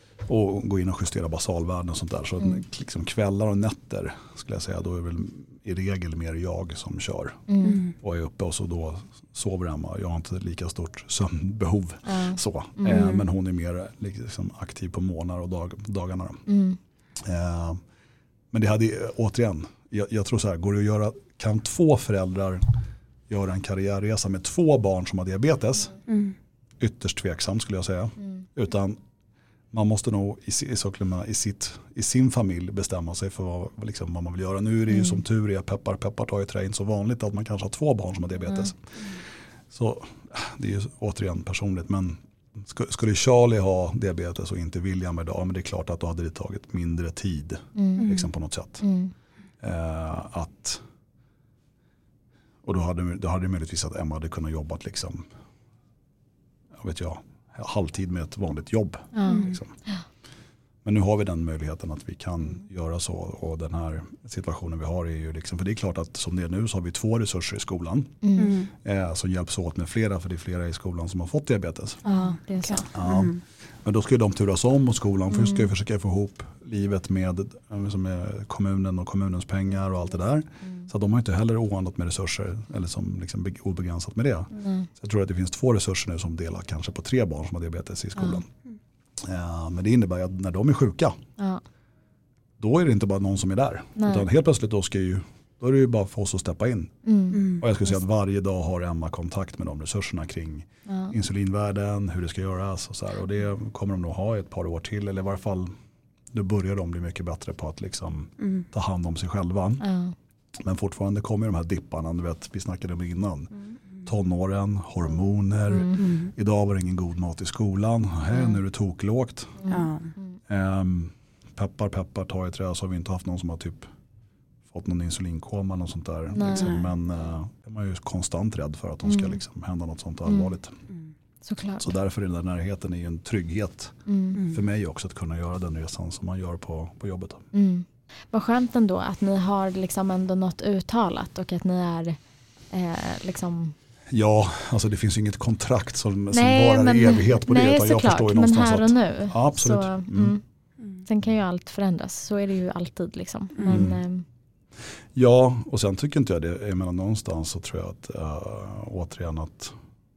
och gå in och justera basalvärden och sånt där. Så mm. liksom kvällar och nätter skulle jag säga, då är väl i regel mer jag som kör. Mm. Och är uppe och så då sover Emma. Jag har inte lika stort sömnbehov. Mm. Så. Mm. Eh, men hon är mer liksom aktiv på morgnar och dag, dagarna. Mm. Eh, Men det hade återigen, jag, jag tror så här, går det att göra, kan två föräldrar göra en karriärresa med två barn som har diabetes? Mm. Ytterst tveksamt skulle jag säga. Mm. Utan man måste nog i, i, i, sitt, i sin familj bestämma sig för vad, liksom, vad man vill göra. Nu är det ju mm. som tur är, peppar, peppar tar ju trä in så vanligt att man kanske har två barn som har diabetes. Mm. Så det är ju återigen personligt, men skulle Charlie ha diabetes och inte William idag, men det är klart att då hade det tagit mindre tid mm. liksom på något sätt. Mm. Eh, att, och då hade, då hade det möjligtvis att Emma hade kunnat jobba liksom, jag vet jag, halvtid med ett vanligt jobb. Mm. Liksom. Men nu har vi den möjligheten att vi kan göra så, och den här situationen vi har är ju liksom, för det är klart att som det är nu så har vi två resurser i skolan mm. eh, som hjälps åt med flera, för det är flera i skolan som har fått diabetes. Ja, det är så. Ja. Mm. Men då ska ju de turas om, och skolan mm. ska ju försöka få ihop livet med, med kommunen och kommunens pengar och allt det där. Mm. Så de har inte heller oandat med resurser eller som liksom obegränsat med det. Mm. Så jag tror att det finns två resurser nu som delar kanske på tre barn som har diabetes i skolan. Mm. Ja, men det innebär att när de är sjuka ja. Då är det inte bara någon som är där. Nej. Utan helt plötsligt då, ska ju, då är det ju bara för oss att steppa in. Mm. Och jag skulle säga att varje dag har Emma kontakt med de resurserna kring ja. Insulinvärden, hur det ska göras och så här. Och det kommer de nog ha ett par år till, eller i varje fall då börjar de bli mycket bättre på att liksom mm. ta hand om sig själva. Ja. Men fortfarande kommer de här dipparna, du vet, vi snackade om innan. Mm. Tonåren, hormoner. Mm. Idag var det ingen god mat i skolan. Här, nu är det toklågt. Mm. Um, peppar, peppar, ta i trä, så har vi inte haft någon som har typ fått någon insulinkoma eller något sånt där. Liksom. Men uh, man är ju konstant rädd för att de ska liksom hända något sånt allvarligt. Mm. Såklart. Så därför är den där närheten är ju en trygghet mm. för mig också att kunna göra den resan som man gör på, på jobbet. Mm. Vad skönt ändå att ni har liksom ändå något uttalat och att ni är eh, liksom... Ja, alltså det finns ju inget kontrakt som, nej, som varar i evighet på nej, det. Utan jag förstår ju någonstans men här och nu. Att, ja, absolut. Så, mm. Mm. Sen kan ju allt förändras. Så är det ju alltid liksom. Men, mm. eh, ja, och sen tycker inte jag det. Jag menar, någonstans så tror jag att äh, återigen att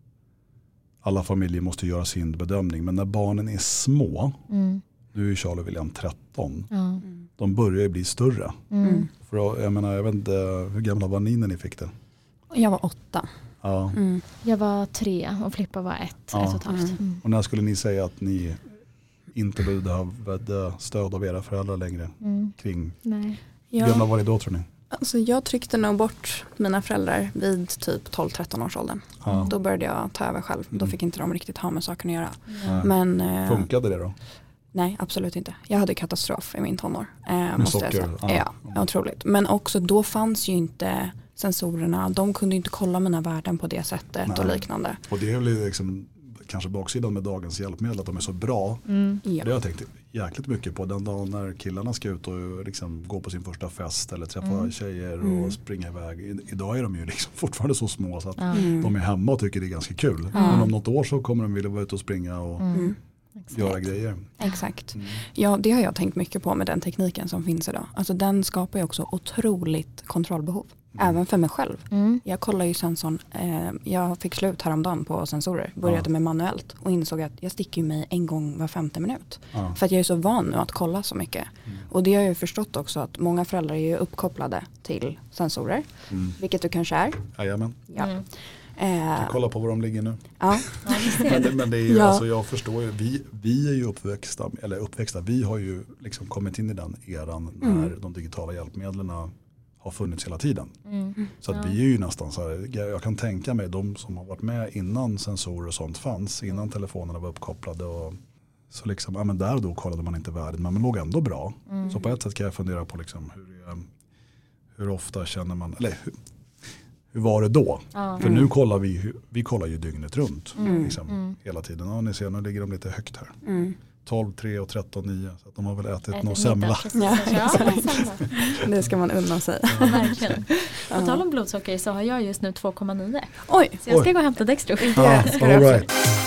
alla familjer måste göra sin bedömning. Men när barnen är små, mm. nu är Charlie och William tretton. Mm. de börjar ju bli större. Mm. För jag menar, jag vet inte, hur gamla var ni när ni fick det? Jag var åtta. Ja. Mm. Jag var tre och Filippa var ett, Ja. ett och ett halvt. Mm. Och när skulle ni säga att ni inte behövde stöd av era föräldrar längre Mm. kring? Nej. Hur Ja. gamla var ni då tror ni? Alltså jag tryckte nog bort mina föräldrar vid typ tolv tretton års åldern. Ja. Då började jag ta över själv. Då Mm. fick inte de riktigt ha med saker att göra. Nej. Men, eh, Funkade det då? nej, absolut inte. Jag hade katastrof i min tonår. Eh, Med måste socker? jag säga. Ja. Ja, otroligt. Men också då fanns ju inte sensorerna. De kunde inte kolla mina värden på det sättet Nej. och liknande. Och det är väl liksom kanske baksidan med dagens hjälpmedel att de är så bra. Mm. Ja. Det har jag tänkt jäkligt mycket på den dagen när killarna ska ut och liksom gå på sin första fest eller träffa Mm. tjejer och Mm. springa iväg. I, idag är de ju liksom fortfarande så små så att Ja. Mm. de är hemma och tycker det är ganska kul. Ja. Men om något år så kommer de vilja vara ute och springa och Mm. Mm. göra grejer. Exakt. Mm. Ja, det har jag tänkt mycket på med den tekniken som finns idag. Alltså den skapar ju också otroligt kontrollbehov. Mm. Även för mig själv. Mm. Jag kollar ju sensorn. Eh, jag fick slut häromdagen på sensorer. Började Ja. med manuellt och insåg att jag sticker ju mig en gång var femte minut. Ja. För att jag är så van nu att kolla så mycket. Mm. Och det har jag ju förstått också att många föräldrar är ju uppkopplade till sensorer. Mm. Vilket du kanske är. Jajamän. Ja. Mm. Eh, Kolla på var de ligger nu. ja. Ja, vi ser. Men, det, men det är ju, Ja. alltså jag förstår ju, vi, vi är ju uppväxta, eller uppväxta, vi har ju liksom kommit in i den eran när Mm. de digitala hjälpmedlen har funnits hela tiden. Mm. Så att Ja. vi är ju nästan så här, jag jag kan tänka mig de som har varit med innan sensorer och sånt fanns, innan telefonerna var uppkopplade och så liksom, ja men där då kollade man inte värdet, men man låg ändå bra. Mm. Så på ett sätt kan jag fundera på liksom hur, eh, hur ofta känner man, eller hur, hur var det då? Ja. För nu kollar vi, vi kollar ju dygnet runt Mm. liksom, Mm. hela tiden. Ja, ni ser, nu ligger de lite högt här. Mm. tolv, tre och tretton, nio. Så att de har väl ätit Ätit någon middag, semla. precis. Ja, Ja, exakt. semla. Det ska man unna sig. Ja, verkligen. På Ja. tal om blodsocker så har jag just nu två komma nio. Oj, Så jag ska Oj. gå och hämta Dextro. Ja, ska du all absolut. right.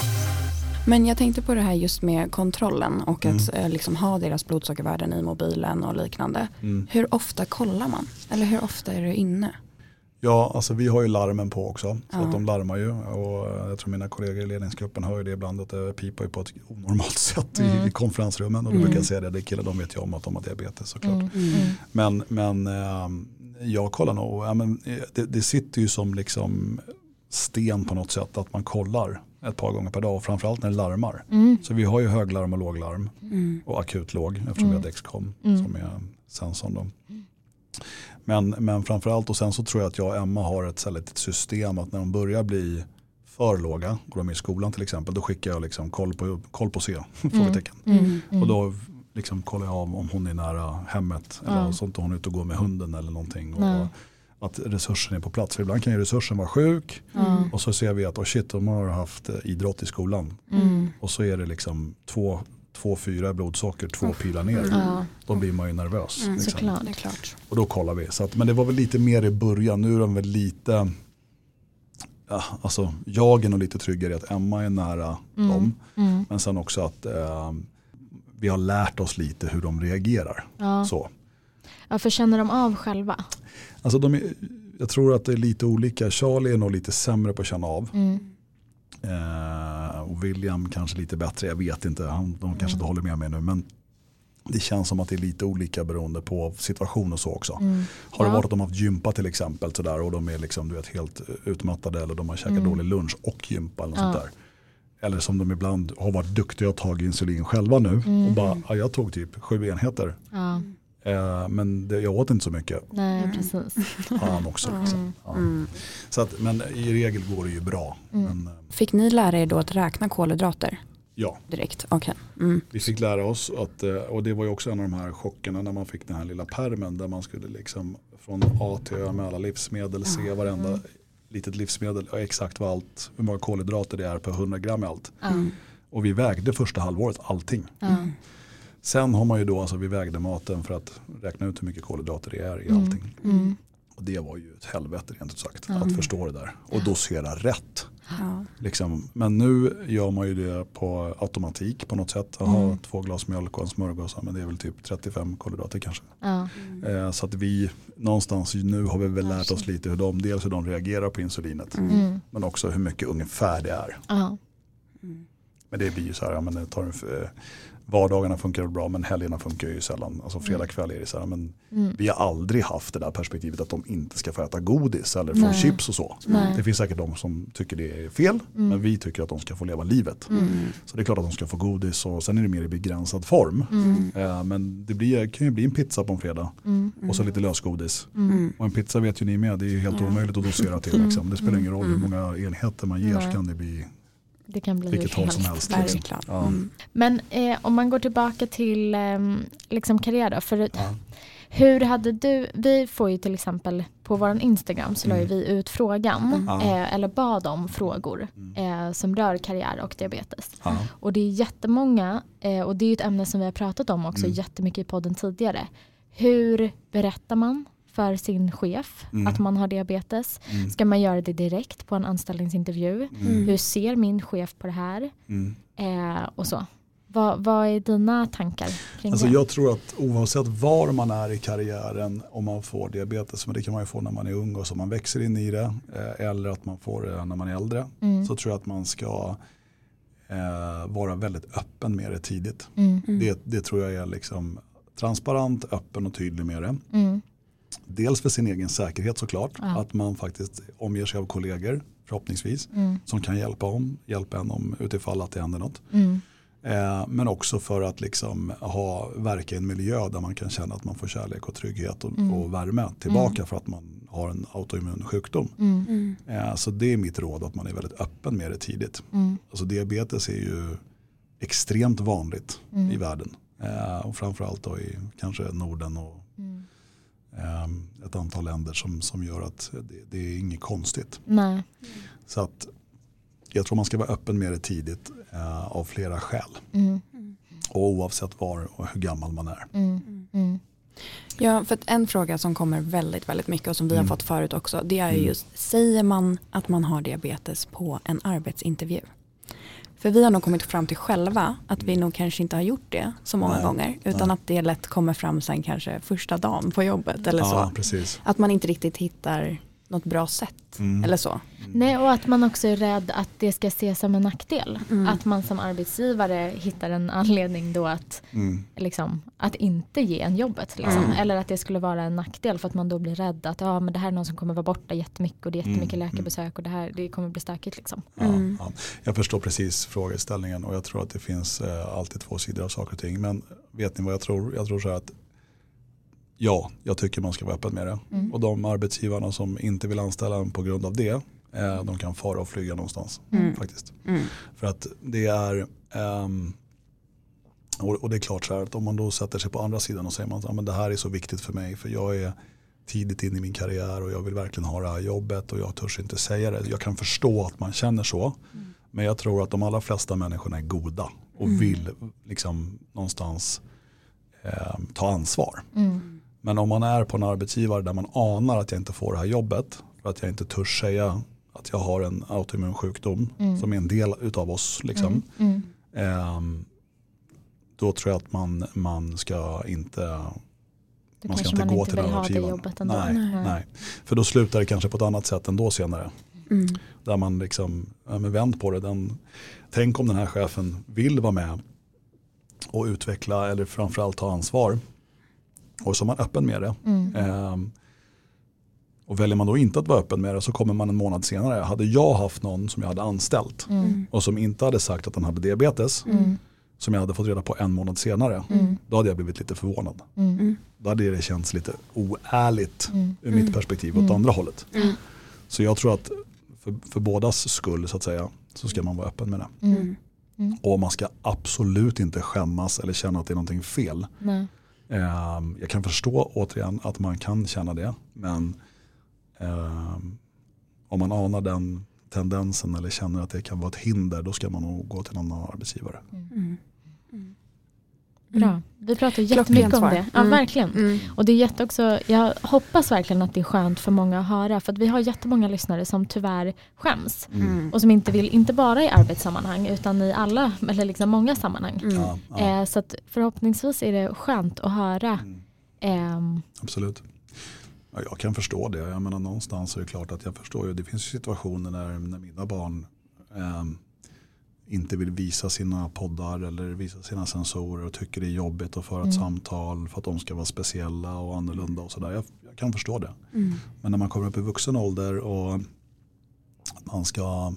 men jag tänkte på det här just med kontrollen och att Mm. eh, liksom ha deras blodsockervärden i mobilen och liknande. Mm. Hur ofta kollar man? Eller hur ofta är du inne? Ja, alltså vi har ju larmen på också. Så Ja. att de larmar ju. Och jag tror mina kollegor i ledningsgruppen hör ju det ibland att det pipar ju på ett onormalt sätt Mm. i, i konferensrummen. Och då Mm. brukar jag säga det, det är killar, de vet ju om att de har diabetes såklart. Mm. Mm. Mm. Men, men eh, jag kollar nog, ja, men, eh, det, det sitter ju som liksom sten på något sätt att man kollar ett par gånger per dag. Och framförallt när det larmar. Mm. Så vi har ju höglarm och låglarm. Mm. Och akutlåg eftersom Mm. vi har Dexcom Mm. som är sensorn då. Men, men framförallt och sen så tror jag att jag och Emma har ett, så här litet system att när de börjar bli för låga och de är i skolan till exempel då skickar jag liksom koll på, koll på C, frågetecken. Mm. Mm. Och då liksom kollar jag av om hon är nära hemmet eller Ja. sånt, om hon är ute och går med hunden eller någonting. Nej. Och att resursen är på plats. För ibland kan ju resursen vara sjuk Ja. och så ser vi att oh shit, de har haft eh, idrott i skolan. Mm. Och så är det liksom två, två fyra blodsocker, två pilar ner. Ja. Då blir man ju nervös. Mm, liksom. såklart. Det är klart. Och då kollar vi. Så att, men det var väl lite mer i början. Nu är de väl lite, ja, alltså jag är nog lite tryggare i att Emma är nära Mm. dem. Mm. Men sen också att eh, vi har lärt oss lite hur de reagerar. Ja. Så. Ja, för känner de av själva? Alltså de är, jag tror att det är lite olika. Charlie är nog lite sämre på att känna av. Mm. Eh, och William kanske lite bättre. Jag vet inte. Han, de kanske Mm. inte håller med mig nu. Men det känns som att det är lite olika beroende på situation och så också. Mm. Har det Ja. varit att de har haft gympa till exempel så där, och de är liksom, du vet, helt utmattade eller de har käkat Mm. dålig lunch och gympa eller något Ja. sånt där. Eller som de ibland har varit duktiga att ta insulin själva nu Mm. och bara, ja, jag tog typ sju enheter Ja. eh, men det, jag åt inte så mycket. Nej, Mm. precis. Ja, han också. Liksom. Mm. Ja. Mm. Så att, men i regel går det ju bra. Mm. Men, eh, Fick ni lära er då att räkna kolhydrater ja, direkt? Okej. Mm. vi fick lära oss att, eh, och det var ju också en av de här chockerna när man fick den här lilla pärmen där man skulle liksom från A till Ö med alla livsmedel se varenda Mm. litet livsmedel och exakt vad allt, hur många kolhydrater det är per hundra gram i allt. Ja. Och vi vägde första halvåret allting. Ja. Sen har man ju då, alltså vi vägde maten för att räkna ut hur mycket kolhydrater det är i Mm. allting. Mm. Och det var ju ett helvete rent ut sagt, Ja. att förstå det där. Och dosera rätt. Ja. Liksom. Men nu gör man ju det på automatik på något sätt. Aha, Mm. två glas mjölk och en smörgås, men det är väl typ trettiofem kolhydrater kanske. Ja. Eh, så att vi någonstans nu har vi väl lärt oss lite hur de, dels hur de reagerar på insulinet. Mm. Mm. Men också hur mycket ungefär det är. Ja. Mm. Men det blir ju så här, ja, men det tar en, vardagarna funkar bra men helgerna funkar ju sällan. Alltså fredag kväll är det så här, men mm. vi har aldrig haft det där perspektivet att de inte ska få äta godis eller få Nej. chips och så. Nej. Det finns säkert de som tycker det är fel mm. men vi tycker att de ska få leva livet. Mm. Så det är klart att de ska få godis och sen är det mer i begränsad form. Mm. Eh, men det blir, kan ju bli en pizza på en fredag mm. och så lite lösgodis. Mm. Och en pizza vet ju ni med, det är ju helt ja. omöjligt att dosera till. Liksom. Det spelar ingen roll hur många enheter man ger Nej. så kan det bli Det kan bli vilket håll som helst. Liksom. Ja. Mm. Men eh, om man går tillbaka till eh, liksom karriär då. För ja. Hur hade du, vi får ju till exempel på vår Instagram så mm. la vi ut frågan mm. eh, eller bad om frågor mm. eh, som rör karriär och diabetes. Ja. Och det är jättemånga eh, och det är ju ett ämne som vi har pratat om också mm. jättemycket i podden tidigare. Hur berättar man för sin chef mm. att man har diabetes? Mm. Ska man göra det direkt på en anställningsintervju? Mm. Hur ser min chef på det här? Mm. Eh, och så. Vad, vad är dina tankar kring alltså det? Jag tror att oavsett var man är i karriären om man får diabetes, men det kan man ju få när man är ung och så man växer in i det, eh, eller att man får det när man är äldre, mm. så tror jag att man ska eh, vara väldigt öppen med det tidigt. Mm. Mm. Det, det tror jag är liksom transparent, öppen och tydlig med det. Mm. Dels för sin egen säkerhet såklart. Ja. Att man faktiskt omger sig av kollegor förhoppningsvis. Mm. Som kan hjälpa, om, hjälpa en om utifall att det händer något. Mm. Eh, men också för att liksom ha, verka i en miljö där man kan känna att man får kärlek och trygghet och, mm. och värme tillbaka mm. för att man har en autoimmun sjukdom. Mm. Eh, så det är mitt råd, att man är väldigt öppen med det tidigt. Mm. Alltså diabetes är ju extremt vanligt mm. i världen. Eh, och framförallt då i kanske Norden och mm. ett antal länder som, som gör att det, det är inget konstigt. Nej. Så att jag tror man ska vara öppen med det tidigt uh, av flera skäl. Mm. Och oavsett var och hur gammal man är. Mm. Mm. Ja, för att en fråga som kommer väldigt, väldigt mycket och som vi mm. har fått förut också, det är ju just, säger man att man har diabetes på en arbetsintervju? För vi har nog kommit fram till själva att vi nog kanske inte har gjort det så många nej, gånger. Utan nej. att det lätt kommer fram sen kanske första dagen på jobbet eller ja, så. Precis. Att man inte riktigt hittar något bra sätt mm. eller så. Mm. Nej, och att man också är rädd att det ska ses som en nackdel. Mm. Att man som arbetsgivare hittar en anledning då att, mm. liksom, att inte ge en jobbet. Liksom. Mm. Eller att det skulle vara en nackdel för att man då blir rädd att ja, men det här är någon som kommer vara borta jättemycket och det är jättemycket mm. läkarbesök och det här det kommer bli stökigt. Liksom. Mm. Ja, ja. Jag förstår precis frågeställningen och jag tror att det finns eh, alltid två sidor av saker och ting. Men vet ni vad jag tror? Jag tror så här att ja, jag tycker man ska vara öppen med det. Mm. Och de arbetsgivarna som inte vill anställa en på grund av det, eh, de kan fara och flyga någonstans. Mm. Faktiskt. Mm. För att det är, um, och, och det är klart så här att om man då sätter sig på andra sidan och säger man att ja, det här är så viktigt för mig för jag är tidigt in i min karriär och jag vill verkligen ha det här jobbet och jag törs inte säga det. Jag kan förstå att man känner så. Mm. Men jag tror att de allra flesta människorna är goda och mm. vill liksom någonstans eh, ta ansvar. Mm. Men om man är på en arbetsgivare där man anar att jag inte får det här jobbet för att jag inte törs säga att jag har en autoimmun sjukdom mm. som är en del utav oss liksom, mm. Mm. Eh, då tror jag att man, man ska inte då man ska inte man gå inte till den arbetsgivaren. Nej, nej, nej. För då slutar det kanske på ett annat sätt ändå senare. Mm. Där man liksom ja, med vänd på det. Den, tänk om den här chefen vill vara med och utveckla eller framförallt ta ansvar. Och så är man öppen med det. Mm. Ehm, och väljer man då inte att vara öppen med det så kommer man en månad senare. Hade jag haft någon som jag hade anställt mm. och som inte hade sagt att den hade diabetes mm. som jag hade fått reda på en månad senare mm. då hade jag blivit lite förvånad. Mm. Då hade det känts lite oärligt mm. ur mitt perspektiv åt mm. andra hållet. Mm. Så jag tror att för, för bådas skull så att säga så ska man vara öppen med det. Mm. Mm. Och man ska absolut inte skämmas eller känna att det är någonting fel. Nej. Um, jag kan förstå återigen att man kan känna det, men um, om man anar den tendensen eller känner att det kan vara ett hinder, då ska man nog gå till en annan arbetsgivare. Mm. Mm. Mm. Bra, vi pratar jättemycket om det. Ja, mm. verkligen. Mm. Och det är jätte också, jag hoppas verkligen att det är skönt för många att höra. För att vi har jättemånga lyssnare som tyvärr skäms. Mm. Och som inte vill, inte bara i arbetssammanhang utan i alla, eller liksom många sammanhang. Mm. Ja, ja. Eh, så att förhoppningsvis är det skönt att höra. Mm. Eh, Absolut. Ja, jag kan förstå det. Jag menar någonstans är det klart att jag förstår ju. Det finns situationer när, när mina barn eh, inte vill visa sina poddar eller visa sina sensorer och tycker det är jobbigt att föra ett Mm. samtal för att de ska vara speciella och annorlunda och sådär. Jag, jag kan förstå det. Mm. Men när man kommer upp i vuxen ålder och man ska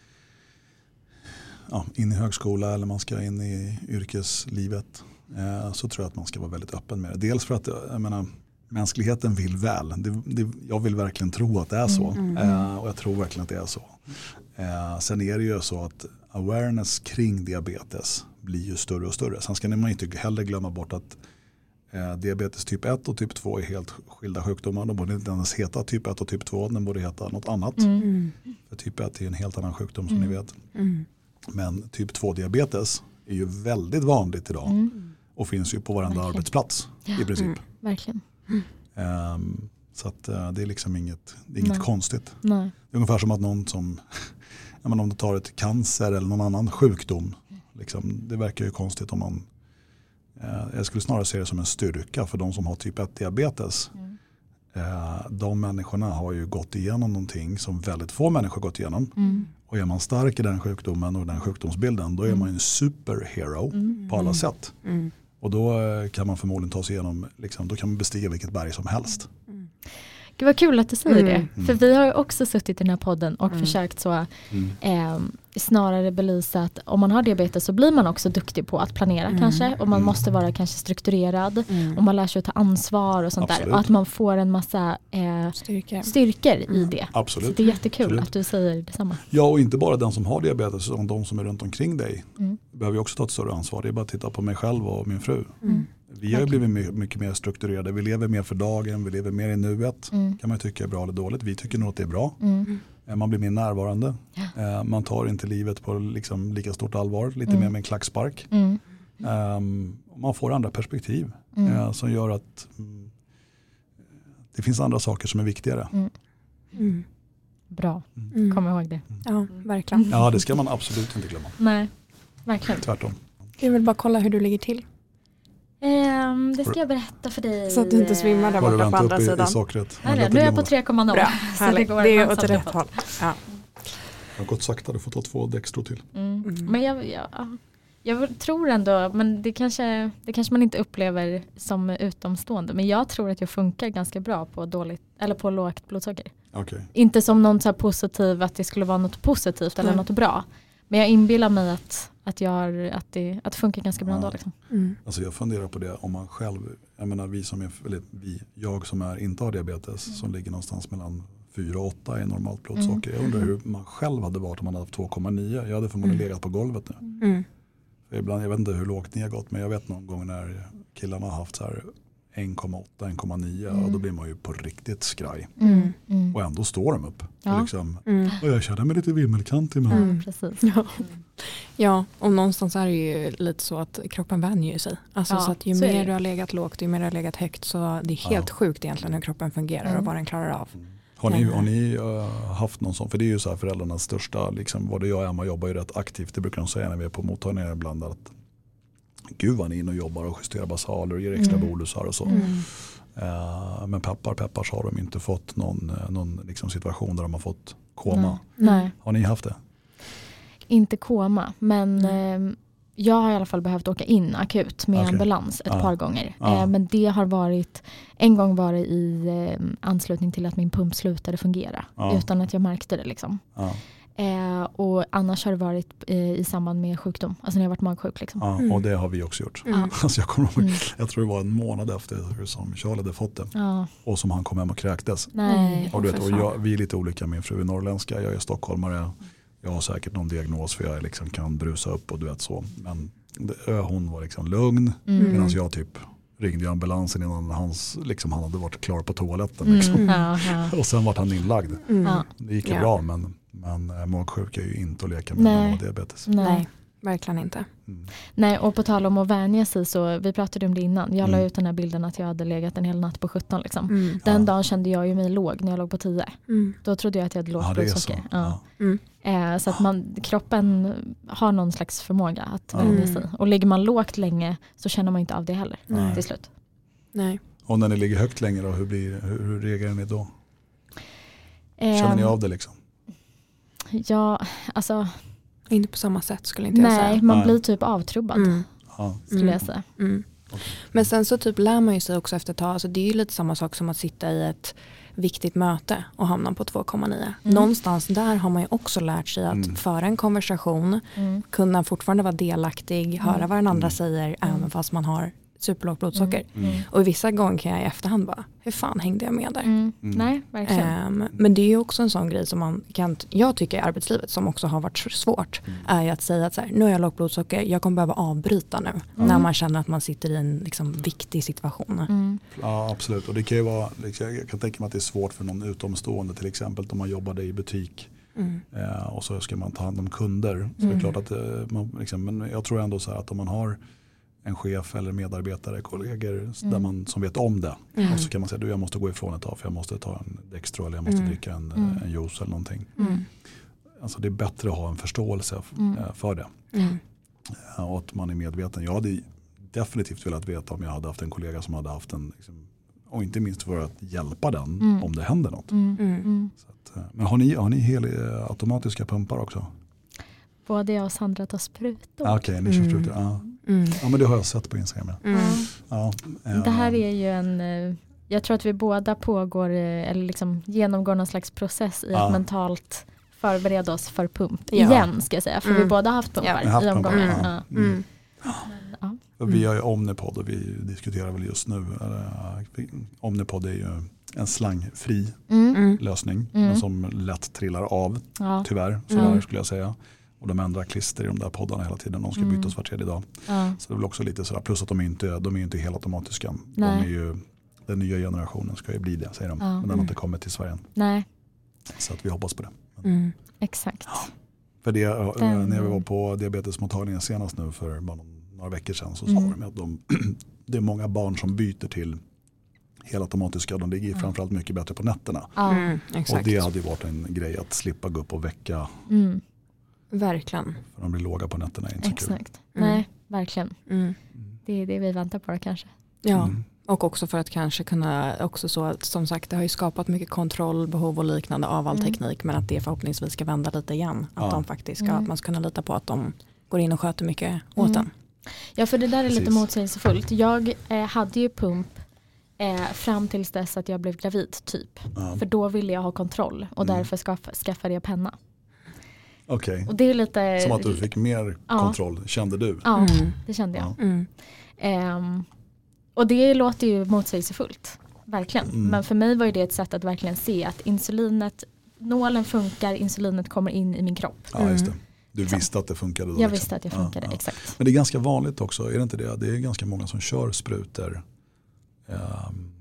ja, in i högskola eller man ska in i yrkeslivet eh, så tror jag att man ska vara väldigt öppen med det. Dels för att jag menar, mänskligheten vill väl. Det, det, jag vill verkligen tro att det är så. Mm. Eh, och jag tror verkligen att det är så. Eh, sen är det ju så att awareness kring diabetes blir ju större och större. Sen ska man inte heller glömma bort att eh, diabetes typ ett och typ två är helt skilda sjukdomar. De borde inte ens heta typ ett och typ två. Den borde heta något annat. Mm. Mm. För typ ett är en helt annan sjukdom som Mm. ni vet. Mm. Men typ två diabetes är ju väldigt vanligt idag. Mm. Och finns ju på varenda Verkligen. arbetsplats Ja. i princip. Mm. Verkligen. Um, så att, uh, det är liksom inget, det är inget Nej. konstigt. Nej. Det är ungefär som att någon som, ja, men om du tar ett cancer eller någon annan sjukdom. Liksom, det verkar ju konstigt om man, uh, jag skulle snarare se det som en styrka för de som har typ ett diabetes. Mm. Uh, de människorna har ju gått igenom någonting som väldigt få människor gått igenom. Mm. Och är man stark i den sjukdomen och den sjukdomsbilden då är man ju en superhero Mm. på alla sätt. Mm. Och då eh, kan man förmodligen ta sig igenom, liksom, då kan man bestiga vilket berg som helst. Gud vad kul att du säger Mm. det. För vi har ju också suttit i den här podden och Mm. försökt så Mm. eh, snarare belysa att om man har diabetes så blir man också duktig på att planera Mm. kanske. Och man Mm. måste vara kanske strukturerad. Mm. Och man lär sig att ta ansvar och sånt Absolut. där. Och att man får en massa eh, Styrka. styrkor i Mm. det. Så Absolut. det är jättekul Absolut. att du säger detsamma. Ja, och inte bara den som har diabetes utan de som är runt omkring dig Mm. behöver ju också ta ett större ansvar. Det är bara att titta på mig själv och min fru. Mm. Vi har ju blivit my- mycket mer strukturerade. Vi lever mer för dagen, vi lever mer i nuet. Mm. Kan man ju tycka är bra eller dåligt. Vi tycker nog att det är bra. Mm. Eh, Man blir mer närvarande. Ja. Eh, Man tar inte livet på liksom lika stort allvar. Lite Mm. mer med en klackspark. Mm. Um, man får andra perspektiv Mm. eh, som gör att mm, det finns andra saker som är viktigare. Mm. Mm. Bra, Mm. kom ihåg det. Ja, verkligen. Ja, det ska man absolut inte glömma. Nej, verkligen. Tvärtom. Jag vill bara kolla hur du ligger till. Ehm, det ska jag berätta för dig. Så att du inte svimmar där Har du borta på vänt andra upp i, i sidan. sockret? Nej, nej, nu är jag på tre komma noll. Bra, Så det härligt. går Det är man åt som rätt det håll. Ja. Jag har gått sakta, du får ta två Dextro till. Mm. Mm. Men jag, jag, jag tror ändå, men det kanske, det kanske man inte upplever som utomstående. Men jag tror att jag funkar ganska bra på, dåligt, eller på lågt blodsocker. Okej. Inte som någon så här positiv, att det skulle vara något positivt eller Mm. något bra. Men jag inbillar mig att, att, jag, har- att, det, att det funkar ganska bra Ja. ändå. Liksom. Mm. Alltså jag funderar på det om man själv, jag menar vi som är, eller vi, jag som är inte har diabetes Mm. som ligger någonstans mellan fyra och åtta i normalt blodsocker. Jag undrar hur man själv hade varit om man hade haft två komma nio. Jag hade förmodligen Mm. legat på golvet nu. Mm. För ibland, jag vet inte hur lågt ni har gått men jag vet någon gång när killarna har haft så här en komma åtta, en komma nio Mm. och då blir man ju på riktigt skraj. Mm. Mm. Och ändå står de upp. Ja. Och liksom, Mm. och jag känner mig lite vimmelkantig men Mm. Ja, precis. Ja. Ja, och någonstans är det ju lite så att kroppen vänjer ju sig. Alltså Ja, så att ju så är mer det. du har legat lågt, ju mer du har legat högt, så det är helt Ja. sjukt egentligen hur kroppen fungerar Mm. och vad den klarar av. Har ni, Men- har ni uh, haft någon sån? För det är ju så här föräldrarnas största, liksom, både jag och Emma jobbar ju rätt aktivt. Det brukar de säga när vi är på mottagningar ibland. Att, Gud vad ni är inne och jobbar och justerar basaler och ger extra Mm. bonusar och så. Mm. Uh, men peppar peppar så har de inte fått någon, uh, någon liksom situation där de har fått koma. Nej. Nej, Har ni haft det? inte koma. Men eh, jag har i alla fall behövt åka in akut med Okej. ambulans ett Ja. par gånger. Ja. Eh, men det har varit, en gång var det i eh, anslutning till att min pump slutade fungera. Ja. Utan att jag märkte det liksom. Ja. Eh, och annars har det varit eh, i samband med sjukdom. Alltså när jag har varit magsjuk liksom. Ja, Mm. och det har vi också gjort. Mm. Alltså jag, kommer ihåg, Mm. jag tror det var en månad efter som Charlie hade fått det. Ja, Och som han kom hem och kräktes. nej. Och, du vet, för och fan. jag, vi är lite olika, min fru är norrländska, jag är stockholmare. Jag har säkert någon diagnos för jag liksom kan brusa upp och du vet så. Men det, hon var liksom lugn. Mm. Medan jag typ ringde ambulansen innan hans, liksom, han hade varit klar på toaletten. Mm. Liksom. Ja, ja. Och sen var han inlagd. Mm. Ja. Det gick ju Ja. bra men, men äh, magsjuka är ju inte att leka med Nej. när man har diabetes. Nej. Nej, verkligen inte. Mm. Nej, och på tal om att vänja sig så, vi pratade om det innan. Jag la Mm. ut den här bilden att jag hade legat en hel natt på sjutton liksom. Mm. Den Ja. dagen kände jag ju mig låg när jag låg på tio. Mm. Då trodde jag att jag hade lågt Ja, det är så. blodsocker. Ja. Ja. Mm. Eh, så att man, kroppen har någon slags förmåga att Ja. vänja Mm. sig. Och ligger man lågt länge så känner man inte av det heller Nej. till slut. Nej. Och när ni ligger högt längre då, hur, blir, hur, hur reagerar ni då? Känner ni Eh, av det liksom? Ja, alltså Inte på samma sätt skulle inte jag säga. Nej, man Nej. blir typ avtrubbad Mm. Ja. skulle Mm. jag säga. Mm. Men sen så typ lär man ju sig också efter ett tag, alltså det är ju lite samma sak som att sitta i ett viktigt möte och hamna på två komma nio. Mm. Någonstans där har man ju också lärt sig att Mm. föra en konversation, Mm. kunna fortfarande vara delaktig, höra vad den andra Mm. säger Mm. även fast man har superlågt blodsocker. Mm. Och vissa gånger kan jag i efterhand bara, hur fan hängde jag med där? Mm. Mm. Nej, verkligen. Um, men det är ju också en sån grej som man kan, jag tycker i arbetslivet som också har varit svårt, Mm. är ju att säga att så här, nu har jag lågt blodsocker, jag kommer behöva avbryta nu. När man känner att man sitter i en liksom, viktig situation. Mm. Ja, absolut. Och det kan ju vara, liksom, jag kan tänka mig att det är svårt för någon utomstående, till exempel om man jobbade i butik Mm. eh, och så ska man ta hand om kunder. Så det är klart att eh, man, liksom, men jag tror ändå så här att om man har en chef eller medarbetare, kollegor Mm. där man, som vet om det. Mm. Och så kan man säga, du jag måste gå ifrån ett tag för jag måste ta en Dextro eller jag måste Mm. dricka en, Mm. en juice eller någonting. Mm. Alltså det är bättre att ha en förståelse f- Mm. eh, för det. Mm. Ja, och att man är medveten. Jag hade definitivt velat veta om jag hade haft en kollega som hade haft en, liksom, och inte minst för att hjälpa den Mm. om det händer något. Mm. Mm. Mm. Så att, eh, men har ni, har ni hel, eh, automatiska pumpar också? Både jag och Sandra tar sprutor. Ah, Okej, ni kör Mm. sprutor. Ja. Mm. ja, men det har jag sett på Instagram. Ja. Mm. Ja, eh, Det här är ju en, eh, jag tror att vi båda pågår, eh, eller liksom genomgår någon slags process i Ja. att mentalt förbereda oss för pump. Ja. Igen ska jag säga, för Mm. vi båda har haft pumpar Ja. Ni har haft i pumpar, omgångar. ja. Ja. Mm. Ja. Och vi har ju Omnipod och vi diskuterar väl just nu. Eller, vi- Omnipod är ju en slangfri Mm. Mm. lösning Mm. men som lätt trillar av, Ja. tyvärr, tyvärr Mm. skulle jag säga. Och de ändrar klister i de där poddarna hela tiden. De ska Mm. bytas var tredje dag. Ja. Så det är väl också lite sådär. Plus att de är inte, de är inte helt automatiska. De Nej. är ju, den nya generationen ska ju bli det, säger de. Ja. Men den har inte kommit till Sverige än. Nej, Så att vi hoppas på det. Mm. exakt. För det, äh, Den- när vi var på diabetesmottagningen senast nu för bara någon- några veckor sedan så sa Mm. de att de, det är många barn som byter till helautomatiska. De ligger ju Ja. framförallt mycket bättre på nätterna. Ja. Mm. Och Exakt. det hade ju varit en grej att slippa gå upp och väcka. Mm. Verkligen. För de blir låga på nätterna. Är inte så kul. Exakt. Mm. Nej, verkligen. Mm. Det är det vi väntar på kanske. Ja. Mm. Och också för att kanske kunna, också så att som sagt det har ju skapat mycket kontrollbehov och liknande av all Mm. teknik, men att det förhoppningsvis ska vända lite igen. Att Ja. de faktiskt ska, Mm. att man ska kunna lita på att de går in och sköter mycket åt Mm. en. Ja, för det där är lite Precis. motsägelsefullt. Jag eh, hade ju pump eh, fram tills dess att jag blev gravid typ. Ja. För då ville jag ha kontroll och Mm. därför skaff, skaffade jag penna. Okej. Och det är lite... Som att du fick mer Ja. kontroll, kände du? Ja, Mm. det kände jag. Ja. Mm. Ehm, och det låter ju motsägelsefullt. Verkligen. Mm. Men för mig var ju det ett sätt att verkligen se att insulinet, nålen funkar, insulinet kommer in i min kropp. Ja, just det. Mm. Du Exakt. visste att det funkade då? Jag liksom. visste att jag Ja, funkade, ja. exakt. Men det är ganska vanligt också, är det inte det? Det är ganska många som kör sprutor um,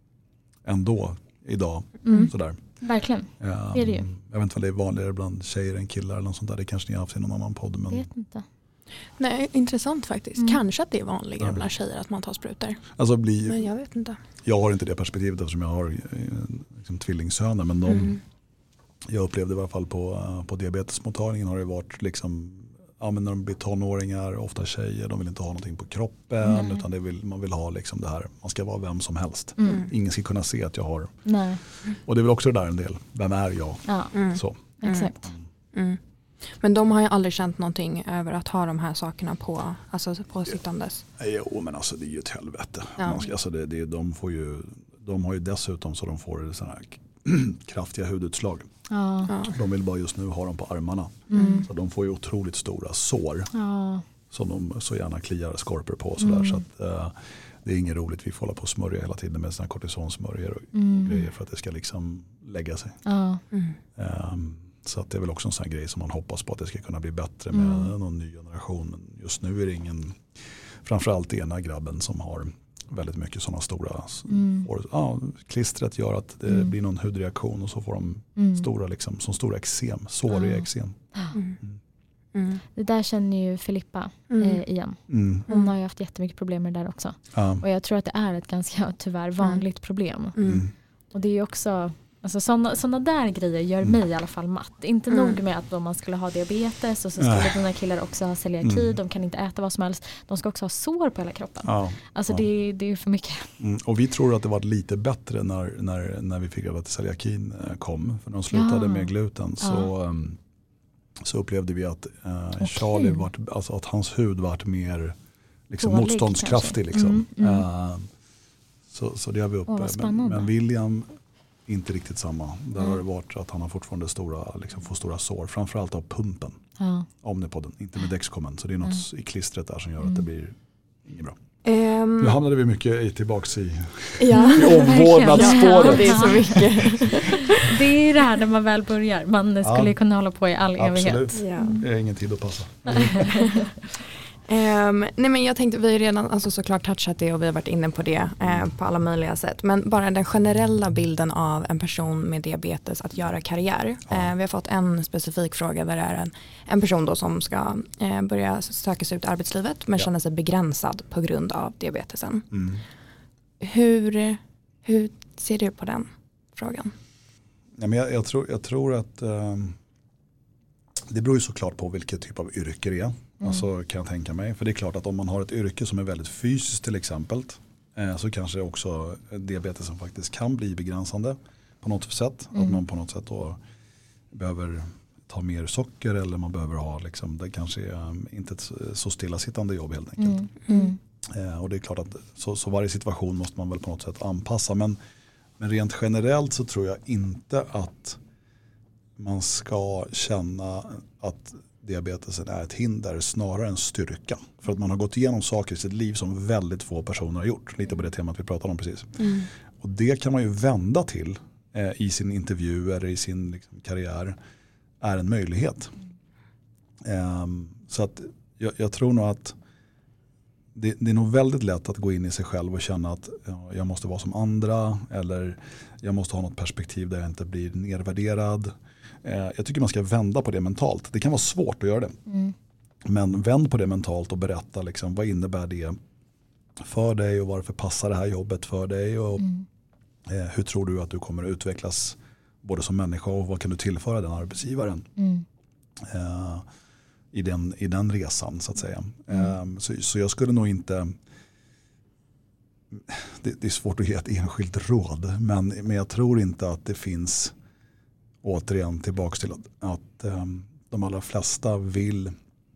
ändå idag. Mm. Sådär. Verkligen, Um, Det är det ju. Jag vet inte om det är vanligare bland tjejer än killar eller något sånt där. Det kanske ni har haft i någon annan podd. Men, vet inte. Nej, intressant faktiskt. Mm. Kanske att det är vanligare Ja. bland tjejer att man tar sprutor. alltså bli, Men jag vet inte. jag har inte det perspektivet eftersom jag har eh, liksom, tvillingsöner. Men de, Mm. jag upplevde i alla fall på, eh, på diabetesmottagningen har det varit liksom, ja, men när de blir tonåringar, ofta tjejer, de vill inte ha någonting på kroppen. Nej. Utan det vill, man vill ha liksom det här, man ska vara vem som helst. Mm. Ingen ska kunna se att jag har. Nej, Och det är väl också det där en del, vem är jag? ja, Mm. Så. exakt. Mm. Men de har ju aldrig känt någonting över att ha de här sakerna på, alltså på sittandes. Jo men alltså det är ju ett helvete. Ja. Man ska, alltså det, det, de, får ju, de har ju dessutom så de får såna här kraftiga hudutslag. Ja. Ja. De vill bara just nu ha dem på armarna. Mm. Så de får ju otroligt stora sår Ja. som de så gärna kliar skorpor på. Och sådär. Mm. Så att, eh, det är inget roligt. Vi får hålla på och smörja hela tiden med såna kortisonsmörjor och Mm. grejer för att det ska liksom lägga sig. Ja. Mm. Um, så att det är väl också en sån här grej som man hoppas på att det ska kunna bli bättre med Mm. någon ny generation. Men just nu är det ingen, framförallt ena grabben som har väldigt mycket sådana stora, Mm. får, ja, klistret gör att det Mm. blir någon hudreaktion och så får de Mm. stora, liksom, som stora eksem, såriga Ja. eksem. Mm. Mm. Mm. Det där känner ju Filippa Mm. eh, igen. Mm. Hon Mm. har ju haft jättemycket problem med det där också. Ja. Och jag tror att det är ett ganska tyvärr vanligt problem. Mm. Mm. Och det är ju också, alltså sådana såna där grejer gör Mm. mig i alla fall matt. Inte Mm. nog med att om man skulle ha diabetes och så skulle Nej. dina killar också ha celiaki, Mm. de kan inte äta vad som helst. De ska också ha sår på hela kroppen. Ja. Alltså Ja. det, det är för mycket. Mm. Och vi tror att det var lite bättre när, när, när vi fick reda att celiakin eh, kom. För när de slutade Ja. med gluten så, Ja. um, så upplevde vi att eh, okay. Charlie vart, alltså att hans hud vart mer liksom, Dålig, motståndskraftig. Liksom. Mm, mm. Uh, så, så det har vi uppe. Åh, men, men William inte riktigt samma. Där mm. har det varit att han har fortfarande stora, liksom, får stora sår. Framförallt av pumpen. Ja. Omnipodden, inte med Dexcomen. Så det är något mm. i klistret där som gör mm. att det blir inget bra. Um, nu hamnade vi mycket i, tillbaks i, ja. i omvårdnadsspåret. Ja, det är så mycket. Det är det här när man väl börjar. Man skulle ja. kunna hålla på i all Absolut. evighet. Ja. Det är ingen tid att passa. Um, nej men jag tänkte, vi har redan alltså såklart touchat det och vi har varit inne på det eh, på alla möjliga sätt. Men bara den generella bilden av en person med diabetes att göra karriär. Ja. Eh, vi har fått en specifik fråga där det är en, en person då som ska eh, börja söka sig ut i arbetslivet men ja. känner sig begränsad på grund av diabetesen. Mm. Hur, hur ser du på den frågan? Ja, men jag, jag, tror, jag tror att um, det beror ju såklart på vilket typ av yrke det är. Mm. Alltså kan jag tänka mig. För det är klart att om man har ett yrke som är väldigt fysiskt till exempel. Eh, så kanske också diabetes som faktiskt kan bli begränsande på något sätt. Mm. Att man på något sätt då behöver ta mer socker eller man behöver ha liksom, det kanske är um, inte ett så stillasittande jobb helt enkelt. Mm. Mm. Eh, och det är klart att så, så varje situation måste man väl på något sätt anpassa. Men, men rent generellt så tror jag inte att man ska känna att diabetesen är ett hinder snarare än styrka. För att man har gått igenom saker i sitt liv som väldigt få personer har gjort. Lite på det temat vi pratade om precis. Mm. Och det kan man ju vända till eh, i sin intervju eller i sin liksom, karriär är en möjlighet. Um, så att jag, jag tror nog att det, det är nog väldigt lätt att gå in i sig själv och känna att ja, jag måste vara som andra eller jag måste ha något perspektiv där jag inte blir nedvärderad. Jag tycker man ska vända på det mentalt. Det kan vara svårt att göra det. Mm. Men vänd på det mentalt och berätta liksom, vad innebär det för dig och varför passar det här jobbet för dig och mm. eh, hur tror du att du kommer att utvecklas både som människa och vad kan du tillföra den arbetsgivaren mm. eh, i, den, i den resan så att säga. Mm. Eh, så, så jag skulle nog inte det, det är svårt att ge ett enskilt råd men, men jag tror inte att det finns återigen tillbaka till att, att um, de allra flesta vill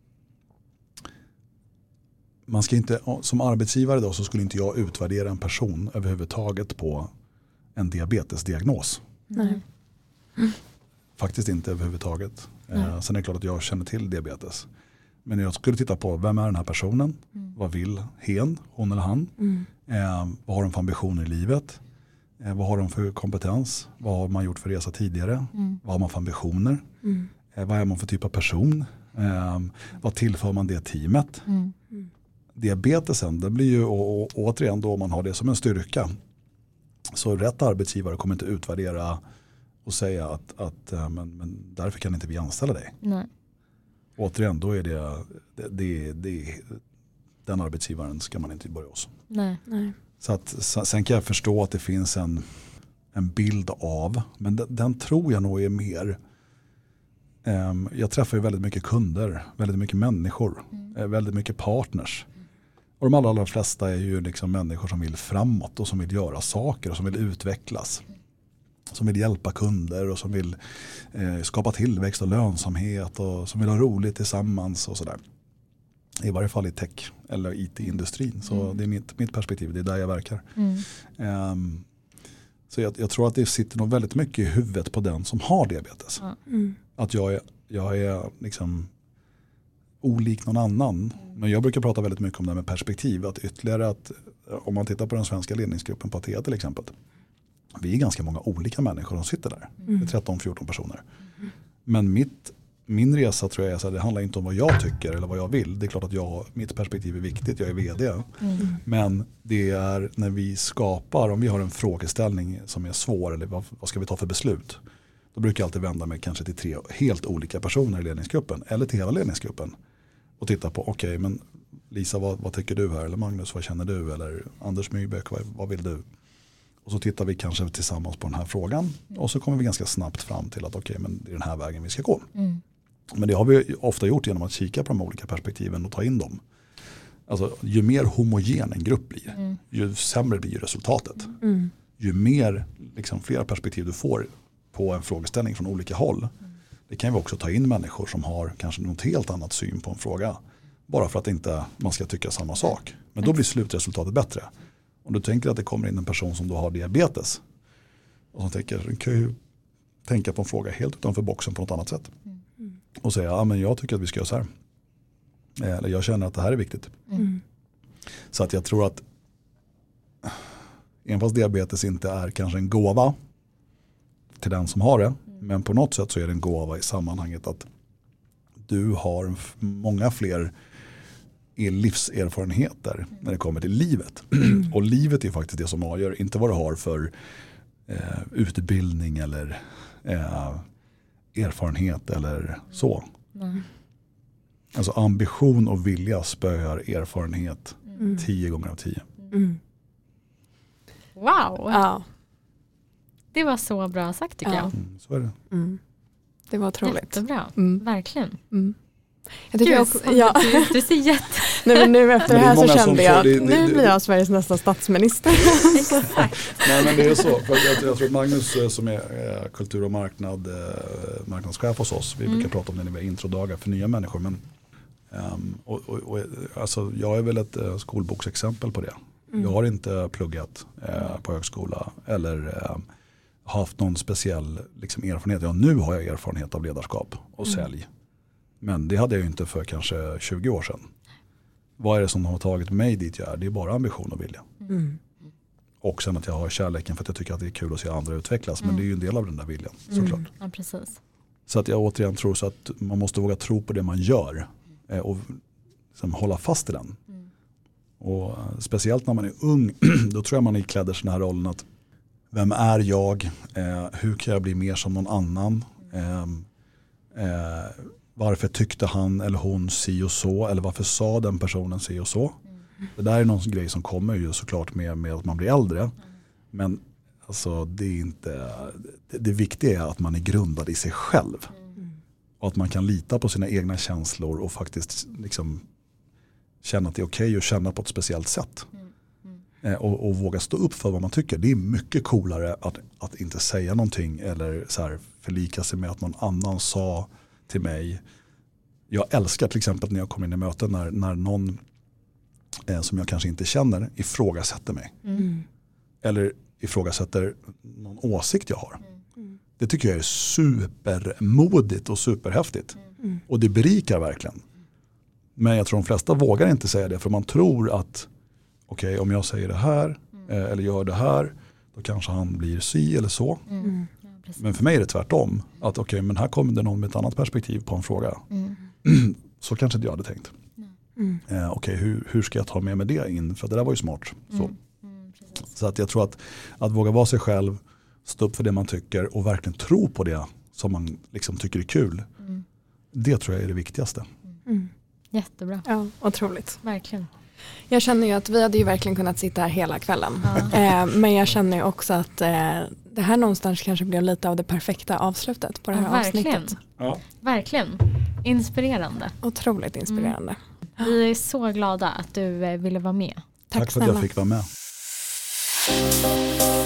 man ska inte, som arbetsgivare då så skulle inte jag utvärdera en person överhuvudtaget på en diabetesdiagnos. Nej. Faktiskt inte överhuvudtaget. Eh, sen är det klart att jag känner till diabetes. Men jag skulle titta på vem är den här personen? Mm. Vad vill hen, hon eller han? Mm. Eh, vad har de för ambitioner i livet? Eh, vad har de för kompetens? Vad har man gjort för resa tidigare? Mm. Vad har man för ambitioner? Mm. Eh, vad är man för typ av person? Eh, vad tillför man det teamet? Mm. Mm. Diabetesen, det blir ju och, och, återigen då om man har det som en styrka. Så rätt arbetsgivare kommer inte utvärdera och säga att, att äh, men, men därför kan inte vi anställa dig. Nej. Återigen, då är det, det, det, det den arbetsgivaren ska man inte börja hos. Nej. Nej. Så att, sen kan jag förstå att det finns en, en bild av, men den, den tror jag nog är mer, um, jag träffar ju väldigt mycket kunder, väldigt mycket människor, mm. väldigt mycket partners. Och de allra, allra flesta är ju liksom människor som vill framåt och som vill göra saker och som vill utvecklas. Som vill hjälpa kunder och som vill eh, skapa tillväxt och lönsamhet och som vill ha roligt tillsammans och sådär. I varje fall i tech eller I T-industrin. Så mm. det är mitt, mitt perspektiv, det är där jag verkar. Mm. Um, så jag, jag tror att det sitter nog väldigt mycket i huvudet på den som har diabetes. Mm. Att jag är, jag är liksom olik någon annan. Men jag brukar prata väldigt mycket om det med perspektiv. Att ytterligare att om man tittar på den svenska ledningsgruppen på A T E A till exempel. Vi är ganska många olika människor som sitter där. Mm. Det är tretton fjorton personer. Mm. Men mitt, min resa tror jag är så här, det handlar inte om vad jag tycker eller vad jag vill. Det är klart att jag, mitt perspektiv är viktigt, jag är vd. Mm. Men det är när vi skapar, om vi har en frågeställning som är svår eller vad, vad ska vi ta för beslut. Då brukar jag alltid vända mig kanske till tre helt olika personer i ledningsgruppen eller till hela ledningsgruppen. Och titta på, okej okay, men Lisa vad, vad tycker du här? Eller Magnus vad känner du? Eller Anders Mybäck vad, vad vill du? Och så tittar vi kanske tillsammans på den här frågan. Mm. Och så kommer vi ganska snabbt fram till att okej, okay, men det är den här vägen vi ska gå. Mm. Men det har vi ofta gjort genom att kika på de olika perspektiven och ta in dem. Alltså ju mer homogen en grupp blir, mm. ju sämre blir resultatet. Mm. Ju mer, liksom, fler perspektiv du får på en frågeställning från olika håll, mm. Det kan vi också ta in människor som har kanske något helt annat syn på en fråga. Bara för att inte man ska tycka samma sak. Men då blir slutresultatet bättre. Om du tänker att det kommer in en person som då har diabetes. Och som tänker, kan ju tänka på en fråga helt utanför boxen på något annat sätt. Mm. Och säga, ja men jag tycker att vi ska göra så här. Eller jag känner att det här är viktigt. Mm. Så att jag tror att även fast diabetes inte är kanske en gåva till den som har det. Mm. Men på något sätt så är det en gåva i sammanhanget att du har många fler livserfarenheter mm. när det kommer till livet. Mm. Och livet är faktiskt det som avgör, inte vad du har för eh, utbildning eller eh, erfarenhet eller så. Mm. Alltså ambition och vilja spöar erfarenhet mm. tio gånger av tio. Mm. Wow! Ja. Det var så bra sagt tycker ja. jag. Mm, så är det. Mm. Det var otroligt. Jättebra, mm. verkligen. Mm. Jag tycker Gud, också, ja. du, du ser jätte... Nej, men nu efter det här så kände jag att det, det, nu det, blir jag Sveriges nästa statsminister. Exakt. Nej men det är så. För jag, jag tror att Magnus som är kultur- och marknad, marknadschef hos oss, vi mm. brukar prata om det när vi har introdagar för nya människor. Men, um, och, och, och, alltså, jag är väl ett uh, skolboksexempel på det. Mm. Jag har inte pluggat uh, på högskola eller uh, haft någon speciell liksom, erfarenhet. Ja, nu har jag erfarenhet av ledarskap och mm. sälj. Men det hade jag ju inte för kanske tjugo år sedan. Vad är det som har tagit mig dit jag är? Det är bara ambition och vilja. Mm. Och sen att jag har kärleken för att jag tycker att det är kul att se andra utvecklas. Mm. Men det är ju en del av den där viljan, såklart. Mm. Ja, precis. Så att jag återigen tror så att man måste våga tro på det man gör. Eh, och liksom, hålla fast i den. Mm. Och speciellt när man är ung, då tror jag man ikläder sig den här rollen att vem är jag? Eh, hur kan jag bli mer som någon annan? Eh, eh, Varför tyckte han eller hon si och så? Eller varför sa den personen si och så? Mm. Det där är någon grej som kommer ju såklart med, med att man blir äldre. Mm. Men alltså, det är inte... Det, det viktiga är att man är grundad i sig själv. Mm. Och att man kan lita på sina egna känslor och faktiskt liksom känna att det är okej att känna på ett speciellt sätt. Mm. Mm. Eh, och, och våga stå upp för vad man tycker. Det är mycket coolare att, att inte säga någonting eller så här förlika sig med att någon annan sa till mig. Jag älskar till exempel när jag kommer in i möten när, när någon eh, som jag kanske inte känner ifrågasätter mig. Mm. Eller ifrågasätter någon åsikt jag har. Mm. Det tycker jag är supermodigt och superhäftigt. Mm. Och det berikar verkligen. Men jag tror de flesta vågar inte säga det för man tror att okej, okay, om jag säger det här eh, eller gör det här då kanske han blir si eller så. Mm. Men för mig är det tvärtom. Att okej, okay, men här kommer det någon med ett annat perspektiv på en fråga. Mm. Så kanske inte jag hade tänkt. Mm. Eh, okej, okay, hur, hur ska jag ta med mig det in? För det där var ju smart. Så, mm. Mm, så att jag tror att, att våga vara sig själv, stå upp för det man tycker och verkligen tro på det som man liksom tycker är kul. Mm. Det tror jag är det viktigaste. Mm. Jättebra. Ja, otroligt. Verkligen. Jag känner ju att vi hade ju verkligen kunnat sitta här hela kvällen. Ja. Eh, men jag känner ju också att eh, det här någonstans kanske blev lite av det perfekta avslutet på det här ja, verkligen. avsnittet. Ja. Verkligen. Inspirerande. Otroligt inspirerande. Mm. Vi är så glada att du ville vara med. Tack, Tack för att jag fick vara med.